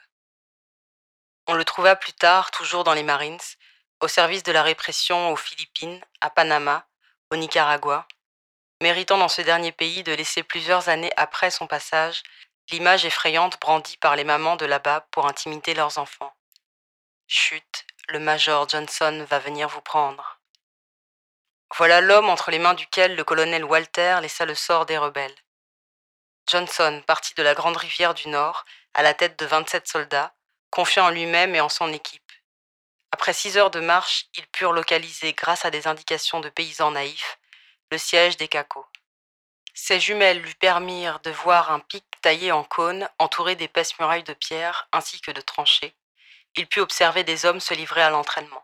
A: On le trouva plus tard, toujours dans les Marines, au service de la répression aux Philippines, à Panama, au Nicaragua, méritant dans ce dernier pays de laisser plusieurs années après son passage l'image effrayante brandie par les mamans de là-bas pour intimider leurs enfants. Chut, le major Johnson va venir vous prendre. Voilà l'homme entre les mains duquel le colonel Walter laissa le sort des rebelles. Johnson, parti de la Grande Rivière du Nord, à la tête de 27 soldats, confiant en lui-même et en son équipe. Après 6 heures de marche, ils purent localiser, grâce à des indications de paysans naïfs, le siège des Cacos. Ses jumelles lui permirent de voir un pic taillé en cône, entouré d'épaisses murailles de pierre, ainsi que de tranchées. Il put observer des hommes se livrer à l'entraînement.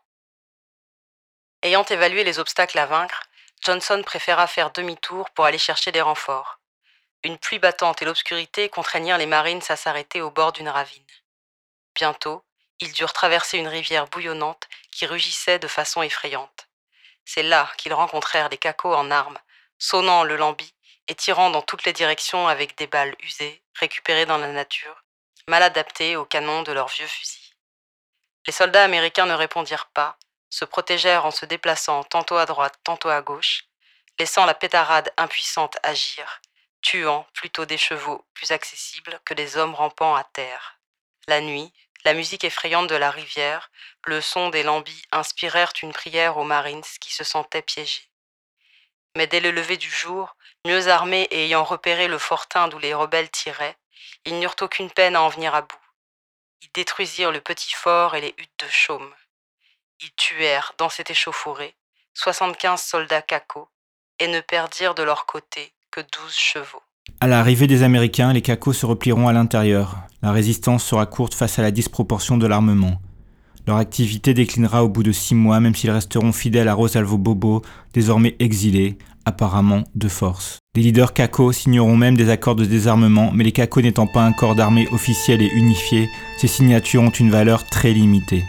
A: Ayant évalué les obstacles à vaincre, Johnson préféra faire demi-tour pour aller chercher des renforts. Une pluie battante et l'obscurité contraignirent les Marines à s'arrêter au bord d'une ravine. Bientôt, ils durent traverser une rivière bouillonnante qui rugissait de façon effrayante. C'est là qu'ils rencontrèrent les Cacos en armes, sonnant le lambi et tirant dans toutes les directions avec des balles usées, récupérées dans la nature, mal adaptées aux canons de leurs vieux fusils. Les soldats américains ne répondirent pas, se protégèrent en se déplaçant tantôt à droite, tantôt à gauche, laissant la pétarade impuissante agir, tuant plutôt des chevaux plus accessibles que des hommes rampant à terre. La nuit, la musique effrayante de la rivière, le son des lambis inspirèrent une prière aux Marines qui se sentaient piégés. Mais dès le lever du jour, mieux armés et ayant repéré le fortin d'où les rebelles tiraient, ils n'eurent aucune peine à en venir à bout. Ils détruisirent le petit fort et les huttes de chaume. Ils tuèrent, dans cette échauffourée, 75 soldats Cacos et ne perdirent de leur côté que 12 chevaux.
J: À l'arrivée des Américains, les Cacos se replieront à l'intérieur. La résistance sera courte face à la disproportion de l'armement. Leur activité déclinera au bout de 6 mois, même s'ils resteront fidèles à Rosalvo Bobo, désormais exilé, apparemment de force. Les leaders Cacos signeront même des accords de désarmement, mais les Cacos n'étant pas un corps d'armée officiel et unifié, ces signatures ont une valeur très limitée.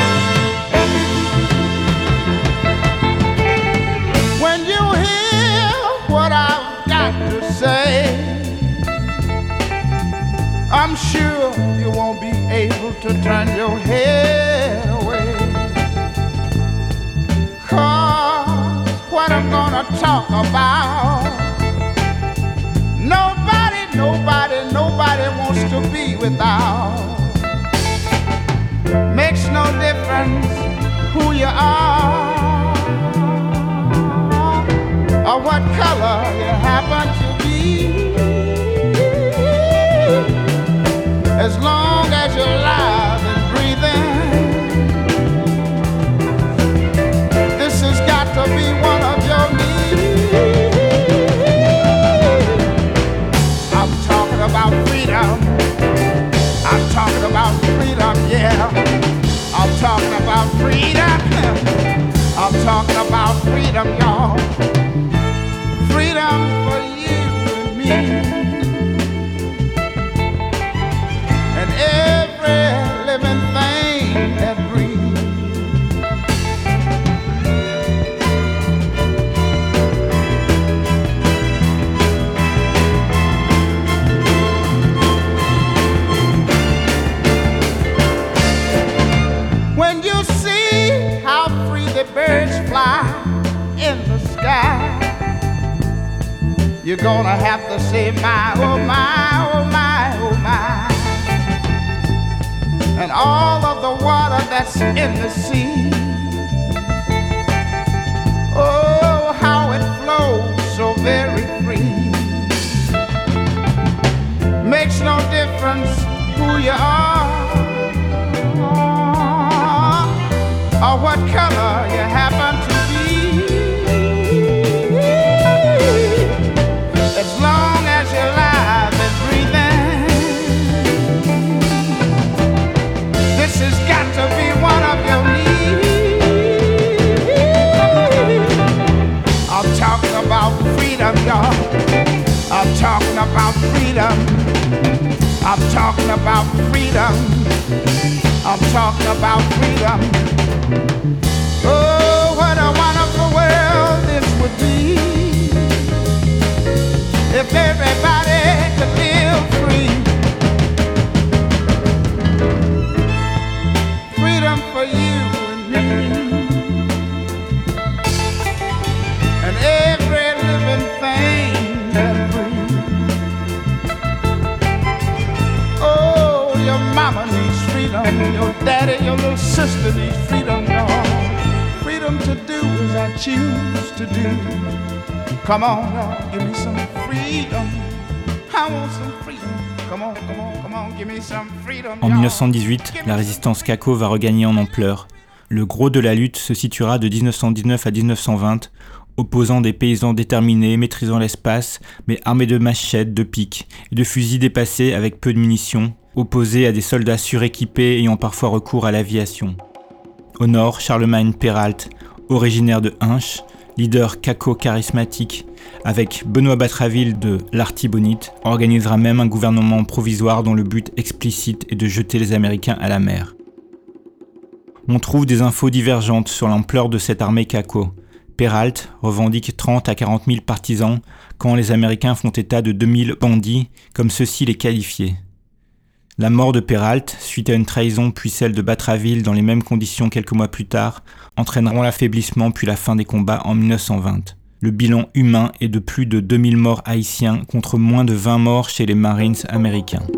K: When you hear
L: I'm sure you won't be able to turn your head away. 'Cause what I'm gonna talk about, nobody wants to be without. Makes no difference who you are or what color you happen to be. As long as you're alive and breathing, this has got to be one of your needs. I'm talking about freedom. I'm talking about freedom, yeah. I'm talking about freedom. I'm talking about freedom, y'all. Freedom for you and me. And every living thing that breathes. When you see how free the birds fly in the sky, you're gonna have to say, my, oh my, oh my, oh my. And all of the water that's in the sea, oh, how it flows so very free. Makes no difference who you are or what color you happen to be. As long as you're alive and breathing, this has got to be one of your needs. I'm talking about freedom, y'all. I'm talking about freedom. I'm talking about freedom. I'm talking about freedom. Oh, what a wonderful world this would be if everybody could live free. Freedom for you and me. And every living thing that breathes. Oh, your mama needs freedom. Your daddy, your little sister needs freedom, y'all. Freedom to do as I choose to do. Come on, y'all, give me some freedom. I want some freedom. Come on, come on, come on, give me some freedom.
J: En 1918, la résistance Kako va regagner en ampleur. Le gros de la lutte se situera de 1919 à 1920, opposant des paysans déterminés, maîtrisant l'espace, mais armés de machettes, de piques et de fusils dépassés avec peu de munitions, opposés à des soldats suréquipés ayant parfois recours à l'aviation. Au nord, Charlemagne Péralte, originaire de Hinche, leader Kako charismatique, avec Benoît Batraville de l'Artibonite, organisera même un gouvernement provisoire dont le but explicite est de jeter les Américains à la mer. On trouve des infos divergentes sur l'ampleur de cette armée Kako. Péralte revendique 30 à 40 000 partisans, quand les Américains font état de 2000 bandits, comme ceux-ci les qualifiaient. La mort de Péralte, suite à une trahison puis celle de Batraville dans les mêmes conditions quelques mois plus tard, entraîneront l'affaiblissement puis la fin des combats en 1920. Le bilan humain est de plus de 2000 morts haïtiens contre moins de 20 morts chez les Marines américains.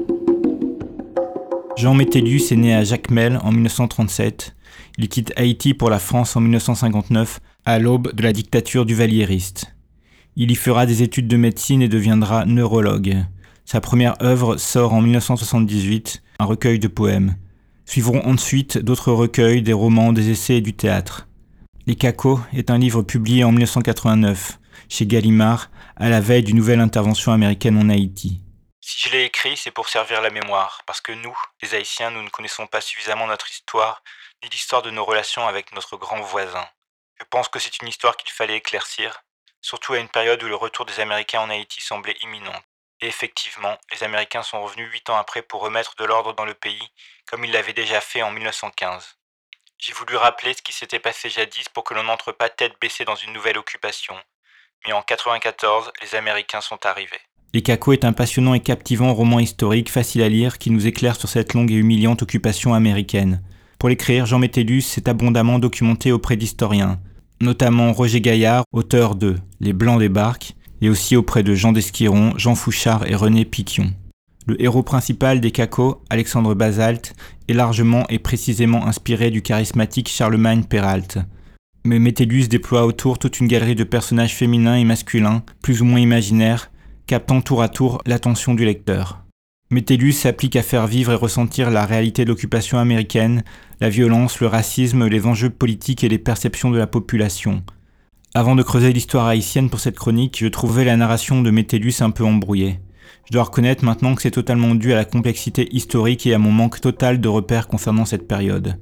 J: Jean Métellius est né à Jacmel en 1937. Il quitte Haïti pour la France en 1959, à l'aube de la dictature duvaliériste. Il y fera des études de médecine et deviendra neurologue. Sa première œuvre sort en 1978, un recueil de poèmes. Suivront ensuite d'autres recueils, des romans, des essais et du théâtre. Les Kako est un livre publié en 1989, chez Gallimard, à la veille d'une nouvelle intervention américaine en Haïti. Si je l'ai écrit, c'est pour servir la mémoire, parce que nous, les Haïtiens, nous ne connaissons pas suffisamment notre histoire, ni l'histoire de nos relations avec notre grand voisin. Je pense que c'est une histoire qu'il fallait éclaircir, surtout à une période où le retour des Américains en Haïti semblait imminent. Et effectivement, les Américains sont revenus 8 ans après pour remettre de l'ordre dans le pays, comme ils l'avaient déjà fait en 1915. J'ai voulu rappeler ce qui s'était passé jadis pour que l'on n'entre pas tête baissée dans une nouvelle occupation. Mais en 1994, les Américains sont arrivés. Les Cacos est un passionnant et captivant roman historique facile à lire qui nous éclaire sur cette longue et humiliante occupation américaine. Pour l'écrire, Jean Métellus s'est abondamment documenté auprès d'historiens, notamment Roger Gaillard, auteur de « Les Blancs débarquent », et aussi auprès de Jean d'Esquiron, Jean Fouchard et René Piquion. Le héros principal des Cacos, Alexandre Basalte, est largement et précisément inspiré du charismatique Charlemagne Péralte. Mais Métellus déploie autour toute une galerie de personnages féminins et masculins, plus ou moins imaginaires, captant tour à tour l'attention du lecteur. Métellus s'applique à faire vivre et ressentir la réalité de l'occupation américaine, la violence, le racisme, les enjeux politiques et les perceptions de la population. Avant de creuser l'histoire haïtienne pour cette chronique, je trouvais la narration de Métellus un peu embrouillée. Je dois reconnaître maintenant que c'est totalement dû à la complexité historique et à mon manque total de repères concernant cette période.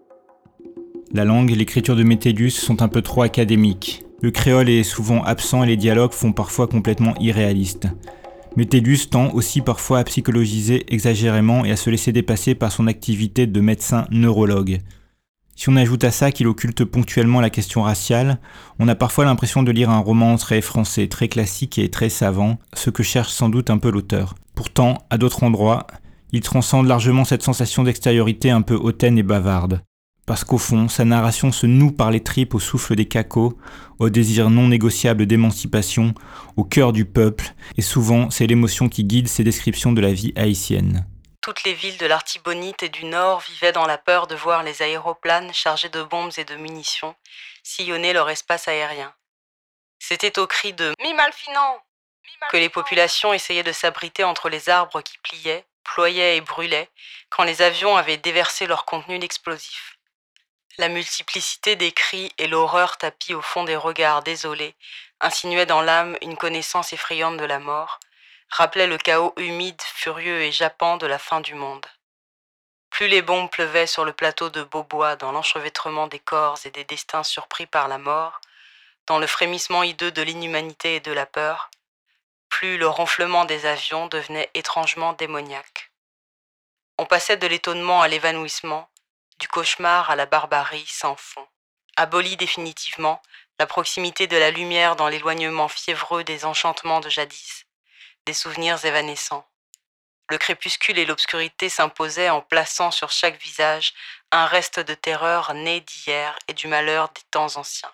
J: La langue et l'écriture de Métellus sont un peu trop académiques. Le créole est souvent absent et les dialogues font parfois complètement irréalistes. Métellus tend aussi parfois à psychologiser exagérément et à se laisser dépasser par son activité de médecin neurologue. Si on ajoute à ça qu'il occulte ponctuellement la question raciale, on a parfois l'impression de lire un roman très français, très classique et très savant, ce que cherche sans doute un peu l'auteur. Pourtant, à d'autres endroits, il transcende largement cette sensation d'extériorité un peu hautaine et bavarde. Parce qu'au fond, sa narration se noue par les tripes au souffle des Cacos, au désir non négociable d'émancipation, au cœur du peuple, et souvent c'est l'émotion qui guide ses descriptions de la vie haïtienne.
A: Toutes les villes de l'Artibonite et du Nord vivaient dans la peur de voir les aéroplanes chargés de bombes et de munitions sillonner leur espace aérien. C'était au cri de « Mi Malfinan !» que les populations essayaient de s'abriter entre les arbres qui pliaient, ployaient et brûlaient quand les avions avaient déversé leur contenu d'explosifs. La multiplicité des cris et l'horreur tapie au fond des regards désolés insinuaient dans l'âme une connaissance effrayante de la mort, rappelaient le chaos humide, furieux et jappant de la fin du monde. Plus les bombes pleuvaient sur le plateau de Beaubois dans l'enchevêtrement des corps et des destins surpris par la mort, dans le frémissement hideux de l'inhumanité et de la peur, plus le ronflement des avions devenait étrangement démoniaque. On passait de l'étonnement à l'évanouissement, du cauchemar à la barbarie sans fond. Abolie définitivement la proximité de la lumière dans l'éloignement fiévreux des enchantements de jadis, des souvenirs évanescents. Le crépuscule et l'obscurité s'imposaient en plaçant sur chaque visage un reste de terreur né d'hier et du malheur des temps anciens.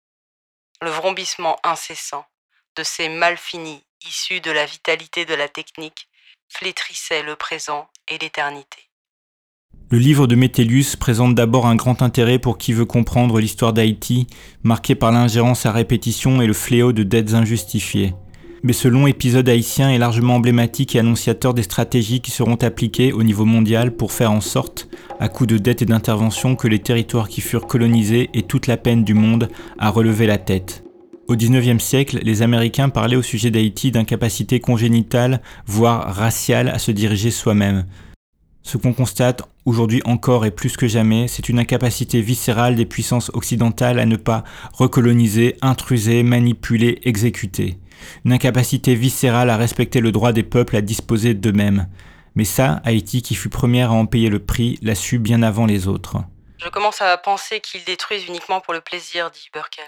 A: Le vrombissement incessant de ces mal finis issus de la vitalité de la technique flétrissait le présent et l'éternité.
J: Le livre de Métellus présente d'abord un grand intérêt pour qui veut comprendre l'histoire d'Haïti, marquée par l'ingérence à répétition et le fléau de dettes injustifiées. Mais ce long épisode haïtien est largement emblématique et annonciateur des stratégies qui seront appliquées au niveau mondial pour faire en sorte, à coup de dettes et d'interventions, que les territoires qui furent colonisés aient toute la peine du monde à relever la tête. Au XIXe siècle, les Américains parlaient au sujet d'Haïti d'incapacité congénitale, voire raciale, à se diriger soi-même. Ce qu'on constate aujourd'hui encore et plus que jamais, c'est une incapacité viscérale des puissances occidentales à ne pas recoloniser, intruser, manipuler, exécuter. Une incapacité viscérale à respecter le droit des peuples à disposer d'eux-mêmes. Mais ça, Haïti, qui fut première à en payer le prix, l'a su bien avant les autres.
A: Je commence à penser qu'ils détruisent uniquement pour le plaisir, dit Burkel.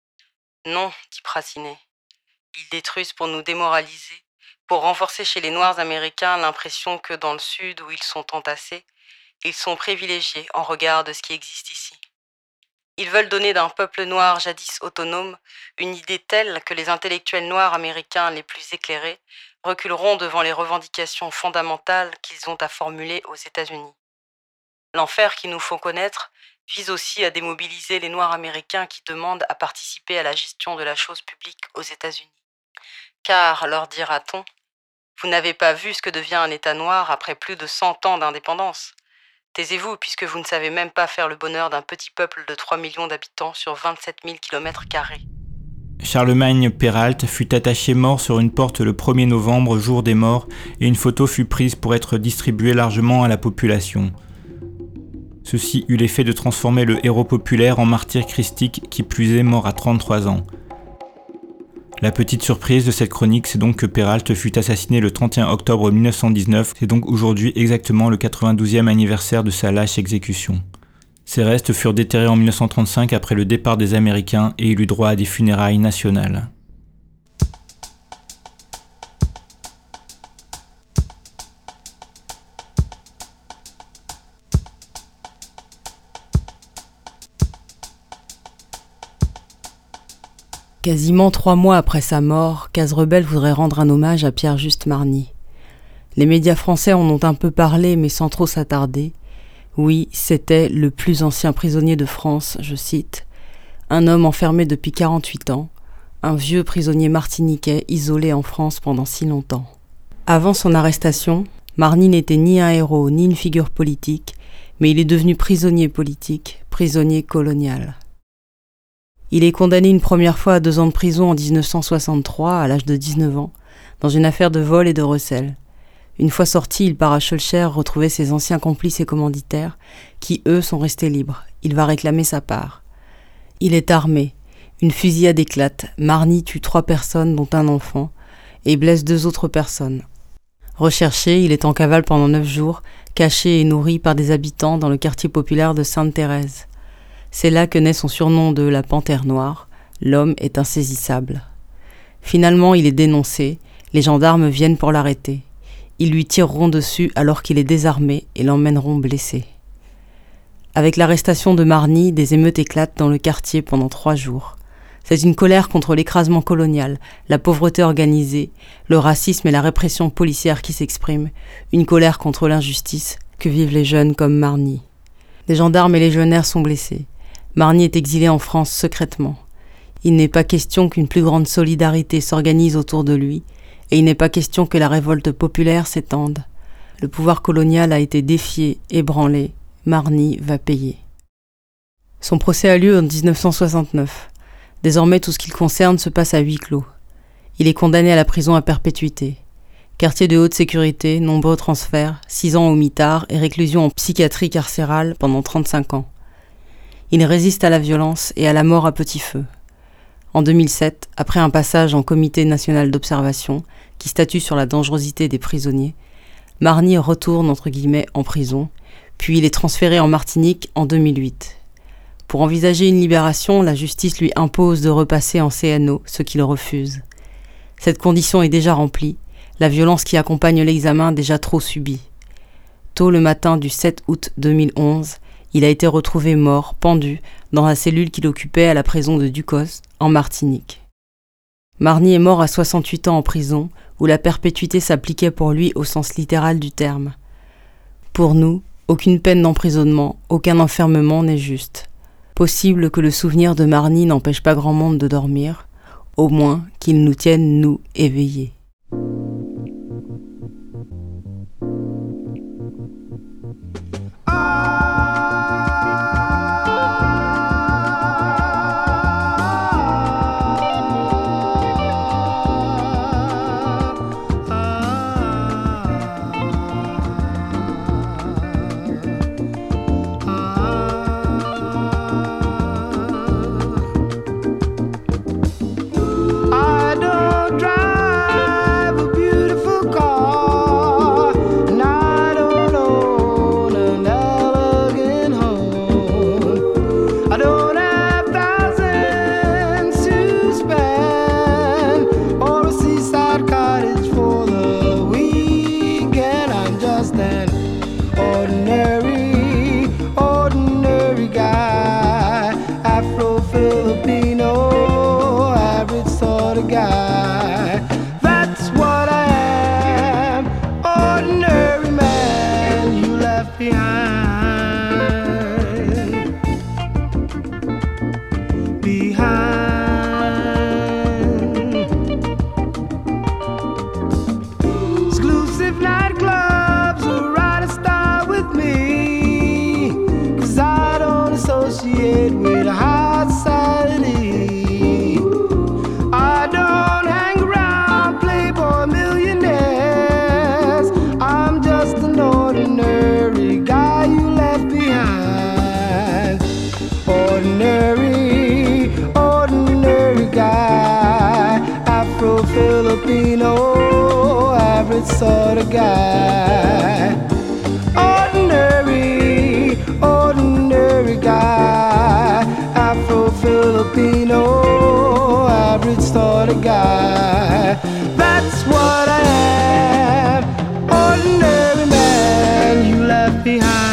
A: Non, dit Prassinet. Ils détruisent pour nous démoraliser, pour renforcer chez les Noirs américains l'impression que dans le Sud où ils sont entassés, ils sont privilégiés en regard de ce qui existe ici. Ils veulent donner d'un peuple noir jadis autonome une idée telle que les intellectuels noirs américains les plus éclairés reculeront devant les revendications fondamentales qu'ils ont à formuler aux États-Unis. L'enfer qu'ils nous font connaître vise aussi à démobiliser les Noirs américains qui demandent à participer à la gestion de la chose publique aux États-Unis. Car, leur dira-t-on, vous n'avez pas vu ce que devient un État noir après plus de 100 ans d'indépendance. Taisez-vous, puisque vous ne savez même pas faire le bonheur d'un petit peuple de 3 millions d'habitants sur 27 000 km².
J: Charlemagne Péralte fut attaché mort sur une porte le 1er novembre, jour des morts, et une photo fut prise pour être distribuée largement à la population. Ceci eut l'effet de transformer le héros populaire en martyr christique qui plus est mort à 33 ans. La petite surprise de cette chronique, c'est donc que Péralte fut assassiné le 31 octobre 1919, c'est donc aujourd'hui exactement le 92e anniversaire de sa lâche exécution. Ses restes furent déterrés en 1935 après le départ des Américains et il eut droit à des funérailles nationales.
A: Quasiment 3 mois après sa mort, Case Rebelle voudrait rendre un hommage à Pierre-Juste Marny. Les médias français en ont un peu parlé, mais sans trop s'attarder. Oui, c'était le plus ancien prisonnier de France, je cite, un homme enfermé depuis 48 ans, un vieux prisonnier martiniquais isolé en France pendant si longtemps. Avant son arrestation, Marny n'était ni un héros ni une figure politique, mais il est devenu prisonnier politique, prisonnier colonial. Il est condamné une première fois à 2 ans de prison en 1963, à l'âge de 19 ans, dans une affaire de vol et de recel. Une fois sorti, il part à Schœlcher retrouver ses anciens complices et commanditaires, qui eux sont restés libres. Il va réclamer sa part. Il est armé. Une fusillade éclate. Marny tue 3 personnes, dont un enfant, et blesse 2 autres personnes. Recherché, il est en cavale pendant 9 jours, caché et nourri par des habitants dans le quartier populaire de Sainte-Thérèse. C'est là que naît son surnom de la Panthère Noire. L'homme est insaisissable. Finalement, il est dénoncé. Les gendarmes viennent pour l'arrêter. Ils lui tireront dessus alors qu'il est désarmé et l'emmèneront blessé. Avec l'arrestation de Marny, des émeutes éclatent dans le quartier pendant 3 jours. C'est une colère contre l'écrasement colonial, la pauvreté organisée, le racisme et la répression policière qui s'expriment, une colère contre l'injustice que vivent les jeunes comme Marny. Les gendarmes et légionnaires sont blessés. Marny est exilé en France secrètement. Il n'est pas question qu'une plus grande solidarité s'organise autour de lui, et il n'est pas question que la révolte populaire s'étende. Le pouvoir colonial a été défié, ébranlé. Marny va payer. Son procès a lieu en 1969. Désormais, tout ce qui le concerne se passe à huis clos. Il est condamné à la prison à perpétuité. Quartier de haute sécurité, nombreux transferts, 6 ans au mitard et réclusion en psychiatrie carcérale pendant 35 ans. Il résiste à la violence et à la mort à petit feu. En 2007, après un passage en comité national d'observation qui statue sur la dangerosité des prisonniers, Marny retourne entre guillemets en prison, puis il est transféré en Martinique en 2008. Pour envisager une libération, la justice lui impose de repasser en CNO, ce qu'il refuse. Cette condition est déjà remplie, la violence qui accompagne l'examen déjà trop subie. Tôt le matin du 7 août 2011, il a été retrouvé mort, pendu, dans la cellule qu'il occupait à la prison de Ducos, en Martinique. Marny est mort à 68 ans en prison, où la perpétuité s'appliquait pour lui au sens littéral du terme. Pour nous, aucune peine d'emprisonnement, aucun enfermement n'est juste. Possible que le souvenir de Marny n'empêche pas grand monde de dormir, au moins qu'il nous tienne, nous, éveillés.
L: Sort of guy, ordinary, ordinary guy, Afro-Filipino, average sort of guy. That's what I am, ordinary man you left behind.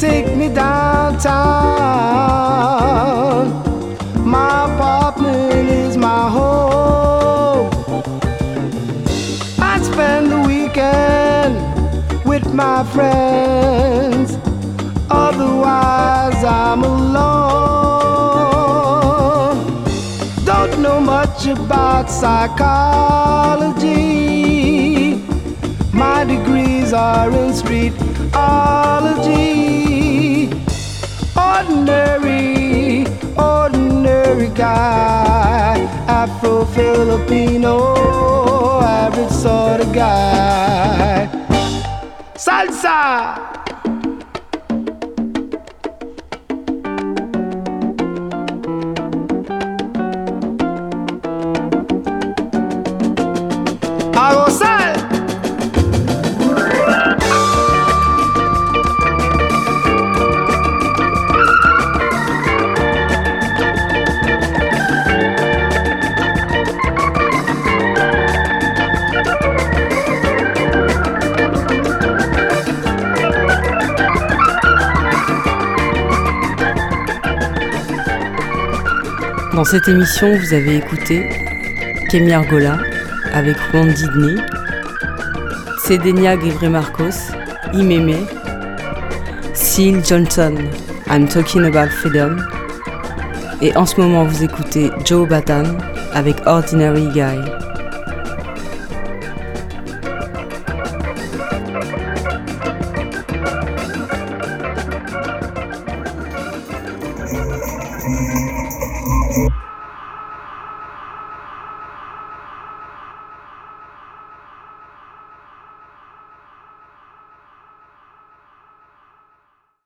L: take me downtown. My apartment is my home. I spend the weekend with my friends. Otherwise I'm alone. Don't know much about psychology. My degrees are in streetology. Ordinary guy, Afro-Filipino, average sort of guy. Salsa! Arrosal!
A: Dans cette émission, vous avez écouté Kemi Argola avec Randy Dney, Cedenia Guevre-Marcos, Imeme, Seal Johnson, I'm Talking About Freedom, et en ce moment vous écoutez Joe Batan avec Ordinary Guy.
M: Mm-hmm.